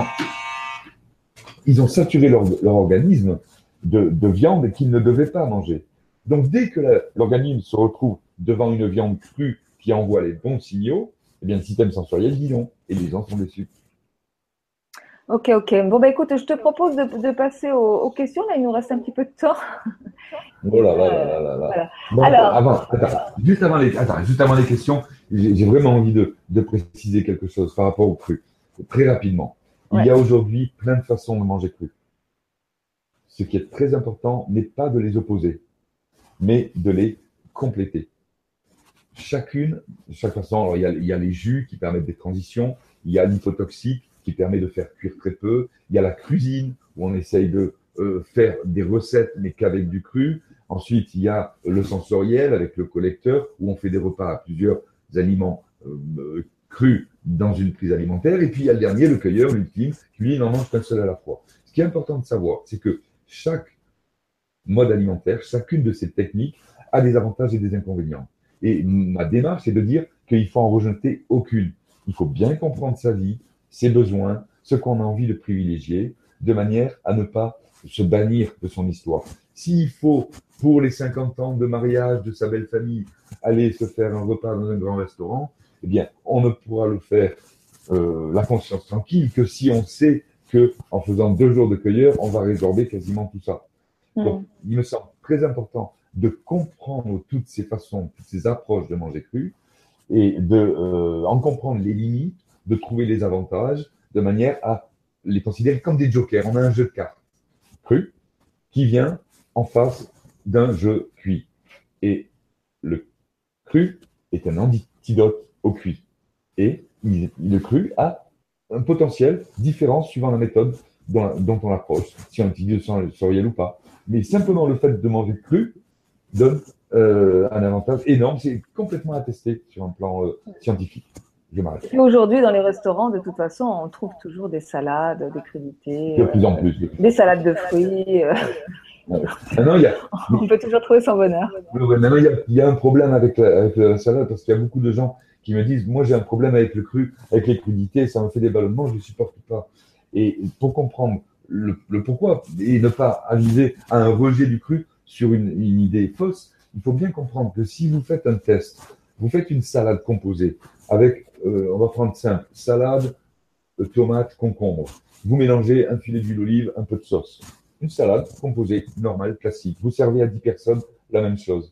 Ils ont saturé leur organisme de viande qu'ils ne devaient pas manger. Donc dès que l'organisme se retrouve devant une viande crue qui envoie les bons signaux, eh bien, le système sensoriel dit non. Et les gens sont déçus. Ok, ok. Bon, bah écoute, je te propose de passer aux questions. Là, il nous reste un petit peu de temps. Oh là là là là là là. Voilà. Bon, Alors, juste avant les questions, j'ai vraiment envie de préciser quelque chose par rapport au cru. Très rapidement. Il y ouais. a aujourd'hui plein de façons de manger cru. Ce qui est très important n'est pas de les opposer, mais de les compléter. Chaque façon, alors il y a les jus qui permettent des transitions, il y a l'hypotoxique qui permet de faire cuire très peu, il y a la cuisine où on essaye de faire des recettes mais qu'avec du cru. Ensuite, il y a le sensoriel avec le collecteur où on fait des repas à plusieurs aliments crus dans une prise alimentaire. Et puis, il y a le dernier, le cueilleur, l'ultime, qui lui n'en mange qu'un seul à la fois. Ce qui est important de savoir, c'est que chaque mode alimentaire, chacune de ces techniques a des avantages et des inconvénients. Et ma démarche est de dire qu'il faut en rejeter aucune. Il faut bien comprendre sa vie, ses besoins, ce qu'on a envie de privilégier, de manière à ne pas se bannir de son histoire. S'il faut, pour les 50 ans de mariage de sa belle famille, aller se faire un repas dans un grand restaurant, eh bien, on ne pourra le faire la conscience tranquille que si on sait qu'en faisant 2 jours de cueilleur, on va résorber quasiment tout ça. Donc, il me semble très important de comprendre toutes ces façons, toutes ces approches de manger cru et en comprendre les limites, de trouver les avantages de manière à les considérer comme des jokers. On a un jeu de cartes cru qui vient en face d'un jeu cuit. Et le cru est un antidote au cuit. Et le cru a un potentiel différent suivant la méthode dont on l'approche, si on utilise le sensoriel ou pas. Mais simplement le fait de manger cru donne un avantage énorme. C'est complètement attesté sur un plan scientifique. Je m'arrête. Et aujourd'hui, dans les restaurants, de toute façon, on trouve toujours des salades, des crudités, De plus en plus. des salades de fruits. Maintenant, On peut toujours trouver son bonheur. Maintenant, il y a un problème avec la salade parce qu'il y a beaucoup de gens qui me disent, moi j'ai un problème avec le cru, avec les crudités, ça me fait des ballonnements, je ne supporte pas. Et pour comprendre le pourquoi et ne pas aviser à un rejet du cru sur une idée fausse, il faut bien comprendre que si vous faites un test, vous faites une salade composée avec, on va prendre simple, salade, tomate, concombre. Vous mélangez un filet d'huile d'olive, un peu de sauce. Une salade composée, normale, classique. Vous servez à 10 personnes la même chose.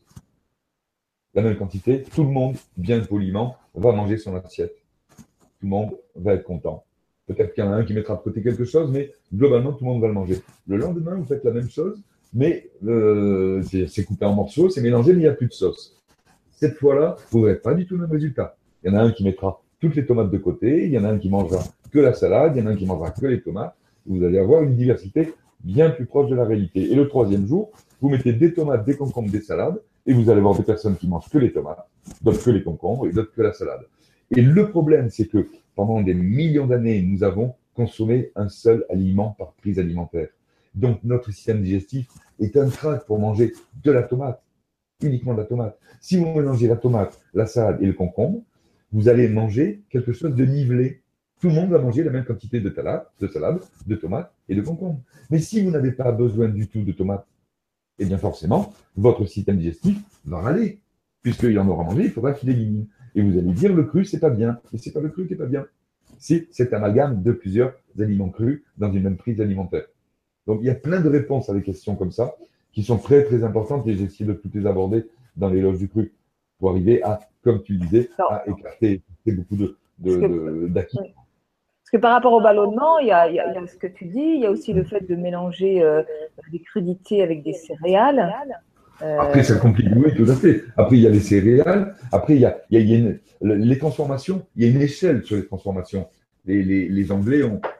La même quantité, tout le monde, bien poliment, va manger son assiette. Tout le monde va être content. Peut-être qu'il y en a un qui mettra de côté quelque chose, mais globalement, tout le monde va le manger. Le lendemain, vous faites la même chose, mais c'est coupé en morceaux, c'est mélangé, mais il n'y a plus de sauce. Cette fois-là, vous n'aurez pas du tout le même résultat. Il y en a un qui mettra toutes les tomates de côté, il y en a un qui mangera que la salade, il y en a un qui mangera que les tomates. Vous allez avoir une diversité bien plus proche de la réalité. Et le troisième jour, vous mettez des tomates, des concombres, des salades, Et vous allez avoir des personnes qui mangent que les tomates, d'autres que les concombres et d'autres que la salade. Et le problème, c'est que pendant des millions d'années, nous avons consommé un seul aliment par prise alimentaire. Donc, notre système digestif est un crack pour manger de la tomate, uniquement de la tomate. Si vous mélangez la tomate, la salade et le concombre, vous allez manger quelque chose de nivelé. Tout le monde va manger la même quantité de salade, de tomates et de concombre. Mais si vous n'avez pas besoin du tout de tomates, eh bien forcément, votre système digestif va râler. Puisqu'il en aura mangé, il faudra qu'il élimine. Et vous allez dire, le cru, c'est pas bien. Mais c'est pas le cru qui est pas bien. C'est cet amalgame de plusieurs aliments crus dans une même prise alimentaire. Donc, il y a plein de réponses à des questions comme ça qui sont très, très importantes et j'ai essayé de toutes les aborder dans l'éloge du cru pour arriver à, comme tu le disais, à écarter beaucoup d'acquis. Parce que par rapport au ballonnement, il y a ce que tu dis, il y a aussi le fait de mélanger des crudités avec des céréales. Après, ça complique, oui, tout à fait. Après, il y a les céréales. Après, il y a les transformations. Il y a une échelle sur les transformations. Les Anglais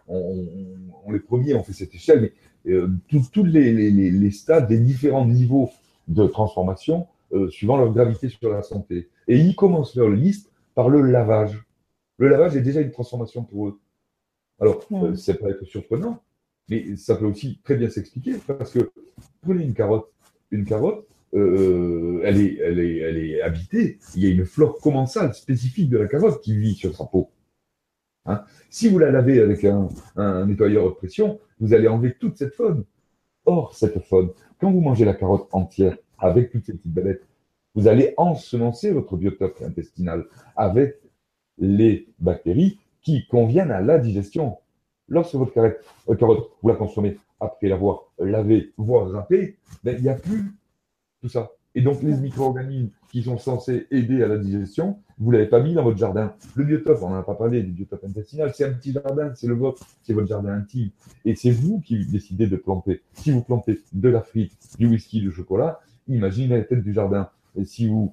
ont les premiers ont fait cette échelle, mais tous les stades des différents niveaux de transformation suivant leur gravité sur la santé. Et ils commencent leur liste par le lavage. Le lavage est déjà une transformation pour eux. Alors, ça peut être surprenant, mais ça peut aussi très bien s'expliquer parce que prenez une carotte. Une carotte, elle est habitée. Il y a une flore commensale spécifique de la carotte qui vit sur sa peau. Hein. Si vous la lavez avec un nettoyeur haute pression, vous allez enlever toute cette faune. Or, cette faune, quand vous mangez la carotte entière avec toutes ces petites bébêtes, vous allez ensemencer votre biotope intestinal avec les bactéries qui conviennent à la digestion. Lorsque votre carotte, vous la consommez après l'avoir lavée, voire râpée, ben, il n'y a plus tout ça. Et donc, les micro-organismes qui sont censés aider à la digestion, vous ne l'avez pas mis dans votre jardin. Le biotope, on n'en a pas parlé du biotope intestinal, c'est un petit jardin, c'est le vôtre, c'est votre jardin intime. Et c'est vous qui décidez de planter. Si vous plantez de la frite, du whisky, du chocolat, imaginez la tête du jardin. Et si vous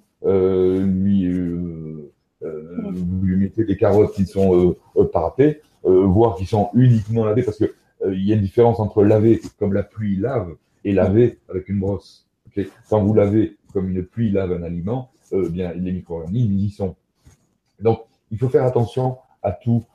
lui mettez des carottes qui sont parapées, voire qui sont uniquement lavées, parce que il y a une différence entre laver comme la pluie lave et laver avec une brosse. Okay. Quand vous lavez comme une pluie lave un aliment, bien les micro-organismes ils y sont. Donc il faut faire attention à toutes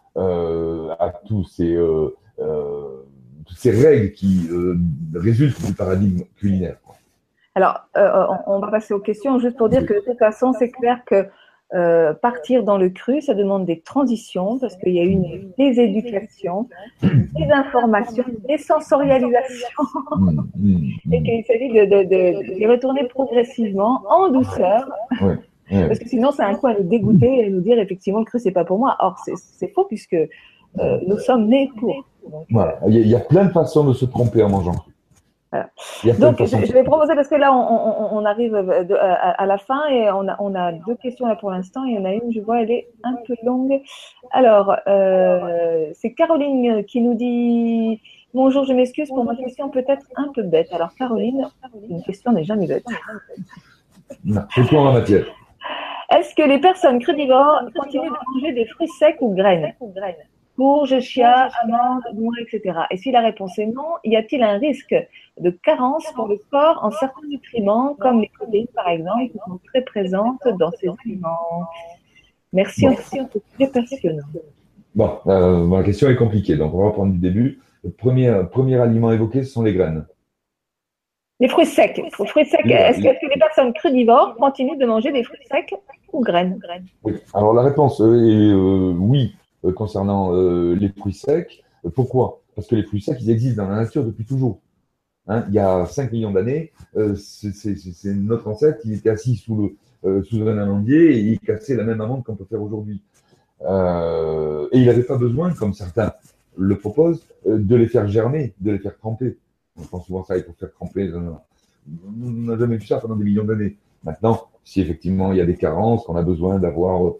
ces règles qui résultent du paradigme culinaire. Alors, on va passer aux questions, juste pour dire que de toute façon, c'est clair que partir dans le cru, ça demande des transitions, parce qu'il y a une déséducation, des informations, des sensorialisations, et qu'il s'agit de retourner progressivement, en douceur, parce que sinon, c'est un coup à nous dégoûter et nous dire, effectivement, le cru, c'est pas pour moi. Or, c'est faux, puisque nous sommes nés pour. Donc, voilà. Il y a plein de façons de se tromper en mangeant cru. Voilà. Donc, je vais proposer, parce que là, on arrive à la fin et on a deux questions là pour l'instant. Il y en a une, je vois, elle est un peu longue. Alors, c'est Caroline qui nous dit « Bonjour, je m'excuse pour ma question peut-être un peu bête. » Alors, Caroline, une question n'est jamais bête. Non, c'est quoi en matière? Est-ce que les personnes crudivores continuent de manger des fruits secs ou graines? Courges, chia, amandes, noix, etc. Et si la réponse est non, y a-t-il un risque de carence pour le corps en certains nutriments, comme les protéines par exemple, qui sont très présentes dans ces aliments? Merci, c'est très passionnant. Bon, la question est compliquée, donc on va reprendre du début. Le premier aliment évoqué, ce sont les graines. Les fruits secs. Est-ce que les personnes crudivores continuent de manger des fruits secs ou graines? Oui. Alors la réponse est oui. Concernant les fruits secs. Pourquoi? Parce que les fruits secs, ils existent dans la nature depuis toujours. Hein, il y a 5 millions d'années, c'est notre ancêtre qui était assis sous un amandier et il cassait la même amande qu'on peut faire aujourd'hui. Et il n'avait pas besoin, comme certains le proposent, de les faire germer, de les faire tremper. On pense souvent ça, il faut faire tremper. On n'a jamais vu ça pendant des millions d'années. Maintenant, si effectivement il y a des carences, qu'on a besoin d'avoir,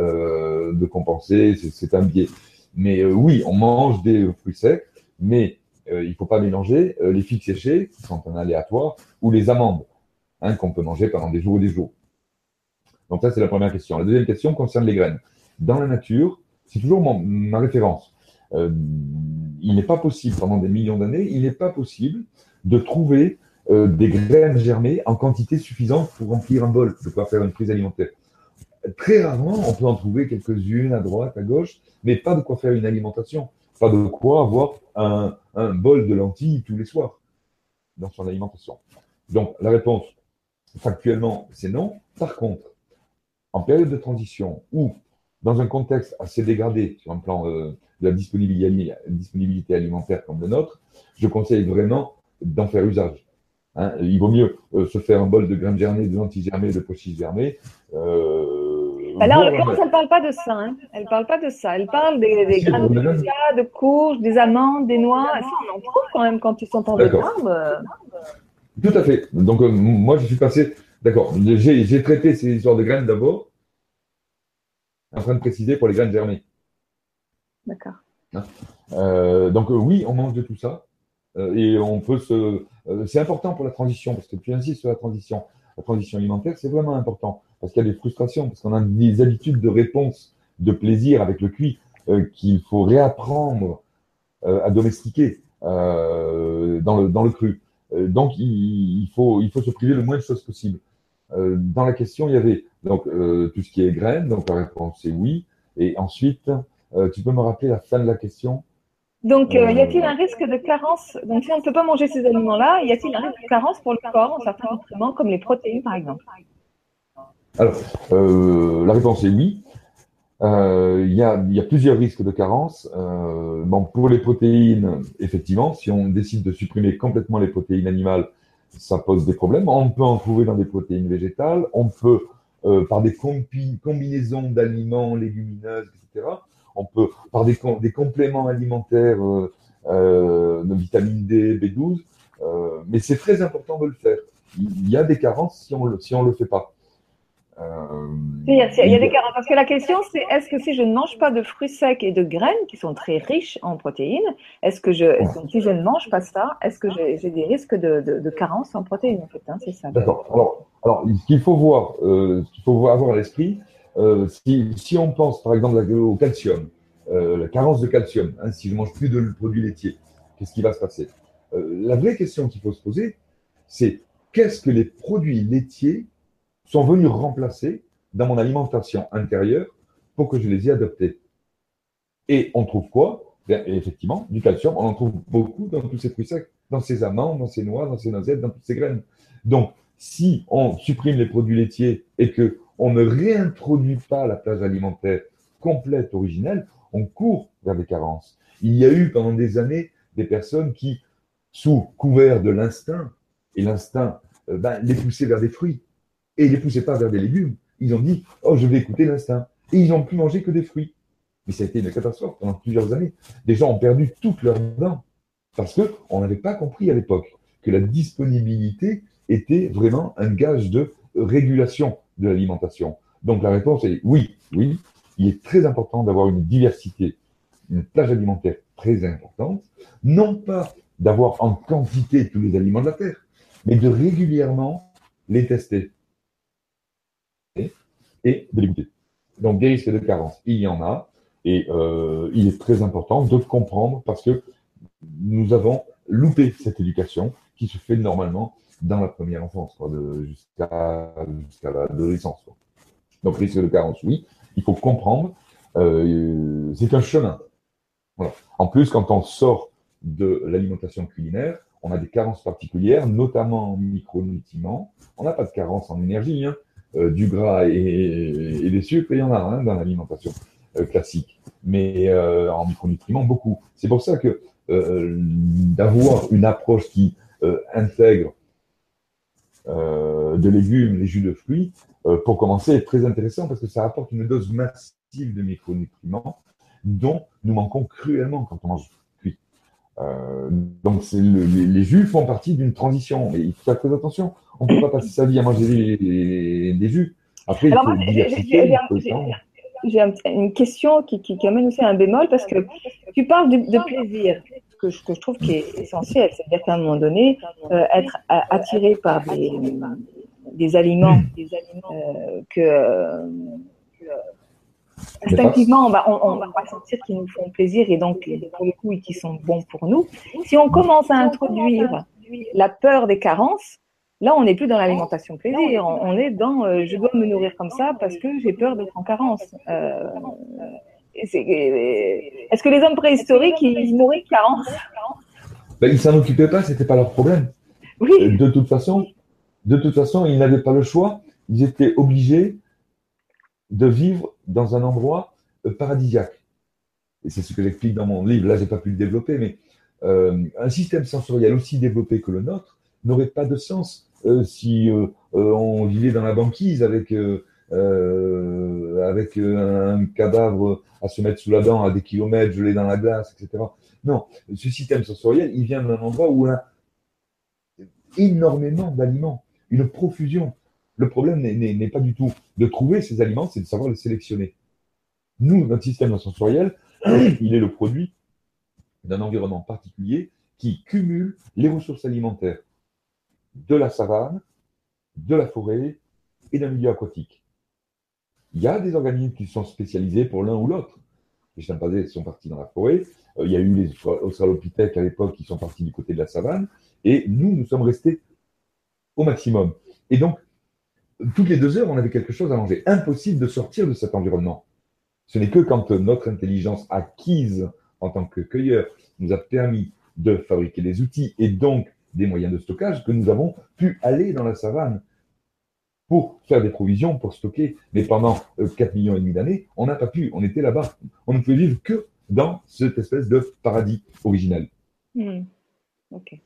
de compenser, c'est un biais. Mais oui, on mange des fruits secs, mais il ne faut pas mélanger les figues séchées, qui sont un aléatoire, ou les amandes, hein, qu'on peut manger pendant des jours et des jours. Donc ça, c'est la première question. La deuxième question concerne les graines. Dans la nature, c'est toujours ma référence. Il n'est pas possible, pendant des millions d'années, il n'est pas possible de trouver des graines germées en quantité suffisante pour remplir un bol, de quoi faire une prise alimentaire. Très rarement, on peut en trouver quelques-unes à droite, à gauche, mais pas de quoi faire une alimentation. Pas de quoi avoir un bol de lentilles tous les soirs dans son alimentation. Donc, la réponse, factuellement, c'est non. Par contre, en période de transition ou dans un contexte assez dégradé sur un plan de la disponibilité alimentaire comme le nôtre, je conseille vraiment d'en faire usage. Hein, il vaut mieux se faire un bol de graines germées, de lentilles germées, de pois chiches germées. Là, en l'occurrence, elle ne parle pas de ça. Hein. Elle ne parle pas de ça. Elle parle des graines de chia, de courge, des amandes, des noix. Ça, on en trouve quand même quand ils sont en décembre. Tout à fait. Donc, moi, je suis passé. D'accord. J'ai traité ces histoires de graines d'abord, en train de préciser pour les graines germées. D'accord. Hein, donc, oui, on mange de tout ça. Et on peut se. C'est important pour la transition, parce que tu insistes sur la transition. La transition alimentaire, c'est vraiment important, parce qu'il y a des frustrations, parce qu'on a des habitudes de réponse, de plaisir avec le cuit, qu'il faut réapprendre à domestiquer dans le cru. Donc, il faut se priver le moins de choses possible. Dans la question, il y avait donc, tout ce qui est graines, donc la réponse est oui. Et ensuite, tu peux me rappeler la fin de la question? Donc, y a-t-il un risque de carence? Donc, si on ne peut pas manger ces aliments-là, y a-t-il un risque de carence pour le corps en certains nutriments, comme les protéines, par exemple? Alors, la réponse est oui. Il y a plusieurs risques de carence. Bon, pour les protéines, effectivement, si on décide de supprimer complètement les protéines animales, ça pose des problèmes. On peut en trouver dans des protéines végétales. On peut, par des combinaisons d'aliments, légumineuses, etc. On peut, par des compléments alimentaires de vitamine D, B12. Mais c'est très important de le faire. Il y a des carences si on le fait pas. Il y a des carences. Parce que la question, c'est est-ce que si je ne mange pas de fruits secs et de graines qui sont très riches en protéines, donc si je ne mange pas ça, est-ce que j'ai des risques de carence en protéines, en fait, hein, c'est ça. D'accord. Alors, ce qu'il faut voir, avoir à l'esprit, si on pense par exemple au calcium, la carence de calcium, hein, si je mange plus de produits laitiers, qu'est-ce qui va se passer? La vraie question qu'il faut se poser, c'est qu'est-ce que les produits laitiers sont venus remplacer dans mon alimentation intérieure pour que je les ai adoptés. Et on trouve quoi? Bien, effectivement, du calcium, on en trouve beaucoup dans tous ces fruits secs, dans ces amandes, dans ces noix, dans ces noisettes, dans toutes ces graines. Donc, si on supprime les produits laitiers et que on ne réintroduit pas la plage alimentaire complète, originelle, on court vers des carences. Il y a eu pendant des années des personnes qui, sous couvert de l'instinct, et l'instinct les poussaient vers des fruits, et ils ne les poussaient pas vers des légumes. Ils ont dit, oh, je vais écouter l'instinct. Et ils n'ont plus mangé que des fruits. Mais ça a été une catastrophe pendant plusieurs années. Des gens ont perdu toutes leurs dents parce qu'on n'avait pas compris à l'époque que la disponibilité était vraiment un gage de régulation de l'alimentation. Donc la réponse est oui, oui. Il est très important d'avoir une diversité, une plage alimentaire très importante. Non pas d'avoir en quantité tous les aliments de la terre, mais de régulièrement les tester et de les goûter. Donc des risques de carence, il y en a. Et il est très important de comprendre parce que nous avons loupé cette éducation qui se fait normalement dans la première enfance, jusqu'à l'adolescence. Donc, risque de carence, oui. Il faut comprendre. C'est un chemin. Voilà. En plus, quand on sort de l'alimentation culinaire, on a des carences particulières, notamment en micronutriments. On n'a pas de carence en énergie. Hein. Du gras et des sucres, il y en a dans l'alimentation classique, mais en micronutriments, beaucoup. C'est pour ça que d'avoir une approche qui intègre de légumes, les jus de fruits, pour commencer, est très intéressant parce que ça apporte une dose massive de micronutriments dont nous manquons cruellement quand on mange cuit. Donc les jus font partie d'une transition, mais il faut faire très attention. On ne peut pas passer sa vie à manger des jus. Après, il faut diversifier. J'ai une question qui amène aussi un bémol parce que tu parles de plaisir, que je trouve qui est essentiel. C'est-à-dire qu'à un moment donné, être attiré par des aliments que instinctivement, on va sentir qu'ils nous font plaisir et donc, pour le coup, qui sont bons pour nous. Si on commence à introduire la peur des carences, là, on n'est plus dans l'alimentation plaisir. On est dans je dois me nourrir comme ça parce que j'ai peur d'être en carence. Est-ce que les hommes préhistoriques, ils mouraient de carence? Ben, ils ne s'en occupaient pas, ce n'était pas leur problème. Oui. De toute façon, ils n'avaient pas le choix. Ils étaient obligés de vivre dans un endroit paradisiaque. Et c'est ce que j'explique dans mon livre. Là, je n'ai pas pu le développer, mais un système sensoriel aussi développé que le nôtre n'aurait pas de sens si on vivait dans la banquise avec un cadavre à se mettre sous la dent à des kilomètres, gelé dans la glace, etc. Non, ce système sensoriel, il vient d'un endroit où on a énormément d'aliments, une profusion. Le problème n'est pas du tout de trouver ces aliments, c'est de savoir les sélectionner. Nous, notre système sensoriel, il est le produit d'un environnement particulier qui cumule les ressources alimentaires de la savane, de la forêt et d'un milieu aquatique. Il y a des organismes qui sont spécialisés pour l'un ou l'autre. Les chimpanzés sont partis dans la forêt, il y a eu les australopithèques à l'époque qui sont partis du côté de la savane, et nous sommes restés au maximum. Et donc, toutes les 2 heures, on avait quelque chose à manger. Impossible de sortir de cet environnement. Ce n'est que quand notre intelligence acquise en tant que cueilleur nous a permis de fabriquer des outils et donc des moyens de stockage que nous avons pu aller dans la savane pour faire des provisions, pour stocker. Mais pendant 4,5 millions d'années, on n'a pas pu, on était là-bas. On ne pouvait vivre que dans cette espèce de paradis originel. Ok.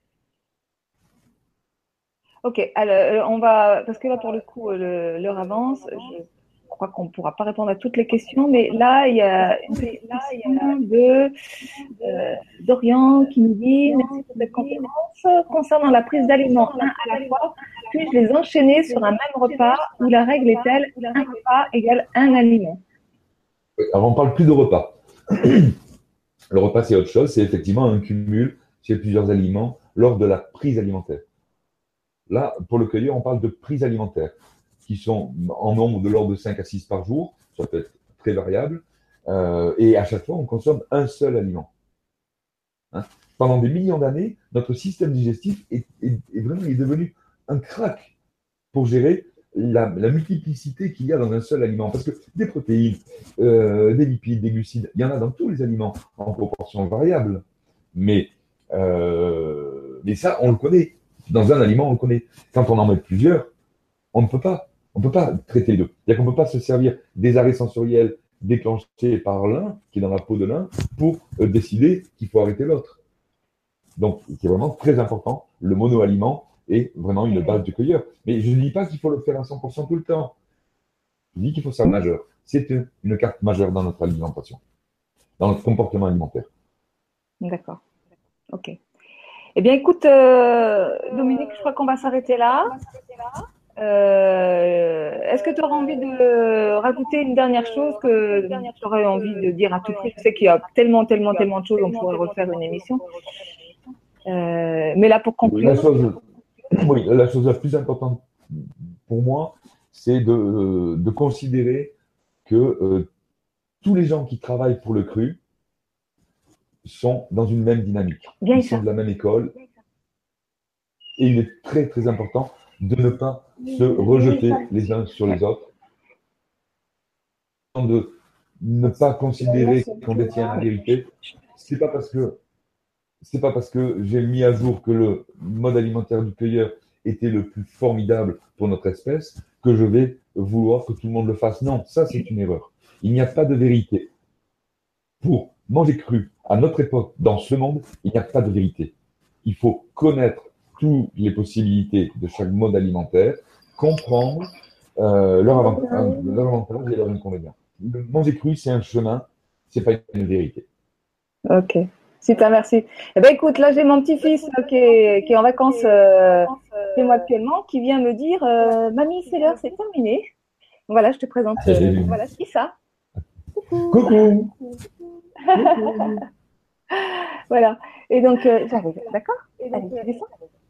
Ok, alors on va, parce que là pour le coup l'heure avance, je crois qu'on ne pourra pas répondre à toutes les questions, mais là il y a une petite question d'Orient qui nous dit merci pour cette conférence. Concernant la prise d'aliments un à la fois, puis-je les enchaîner sur un même repas ou la règle est-elle un repas égale un aliment? Alors on ne parle plus de repas. Le repas c'est autre chose, c'est effectivement un cumul chez plusieurs aliments lors de la prise alimentaire. Là, pour le cueilleur, on parle de prises alimentaires qui sont en nombre de l'ordre de 5 à 6 par jour. Ça peut être très variable. Et à chaque fois, on consomme un seul aliment. Hein. Pendant des millions d'années, notre système digestif est devenu un crack pour gérer la multiplicité qu'il y a dans un seul aliment. Parce que des protéines, des lipides, des glucides, il y en a dans tous les aliments en proportion variable. Mais ça, on le connaît. Dans un aliment, on le connaît. Quand on en met plusieurs, on ne peut pas. On ne peut pas traiter les deux. C'est-à-dire qu'on ne peut pas se servir des arrêts sensoriels déclenchés par l'un, qui est dans la peau de l'un, pour décider qu'il faut arrêter l'autre. Donc, c'est vraiment très important. Le monoaliment est vraiment une base du cueilleur. Mais je ne dis pas qu'il faut le faire à 100% tout le temps. Je dis qu'il faut faire majeur. C'est une carte majeure dans notre alimentation, dans notre comportement alimentaire. D'accord. Ok. Eh bien, écoute, Dominique, je crois qu'on va s'arrêter là. Est-ce que tu auras envie de rajouter une dernière chose que tu aurais envie de dire à tout prix? Je sais qu'il y a tellement de choses, on pourrait refaire une émission. Mais là, pour conclure. La chose la plus importante pour moi, c'est de considérer que tous les gens qui travaillent pour le cru sont dans une même dynamique. Ils sont de la même école. Et il est très, très important de ne pas se rejeter les uns sur les autres, de ne pas considérer qu'on détient la vérité. C'est pas parce que j'ai mis à jour que le mode alimentaire du cueilleur était le plus formidable pour notre espèce que je vais vouloir que tout le monde le fasse. Non, ça c'est une erreur. Il n'y a pas de vérité. Pour manger cru à notre époque, dans ce monde, il n'y a pas de vérité. Il faut connaître toutes les possibilités de chaque mode alimentaire, comprendre leur avantage et leurs inconvénients. Manger cru, c'est un chemin, c'est pas une vérité. Ok, super, merci. Eh ben, écoute, là j'ai mon petit-fils qui est en vacances chez moi actuellement, qui vient me dire Mamie, c'est l'heure, c'est terminé. Voilà, je te présente. Voilà, c'est ça. Coucou. Voilà. Et donc, j'arrive, d'accord? Allez, tu descends.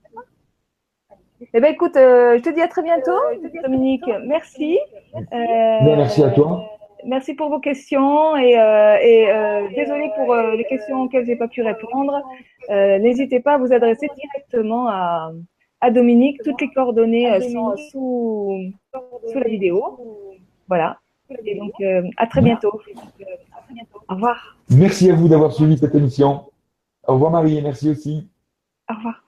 Eh bien, écoute, je te dis à très bientôt, Dominique. Merci. Merci à toi. merci pour vos questions désolée pour les questions auxquelles j'ai pas pu répondre. N'hésitez pas à vous adresser directement à Dominique. Toutes les coordonnées sont sous la vidéo. Voilà. Et donc, à très bientôt. Au revoir. Merci à vous d'avoir suivi cette émission. Au revoir Marie et merci aussi. Au revoir.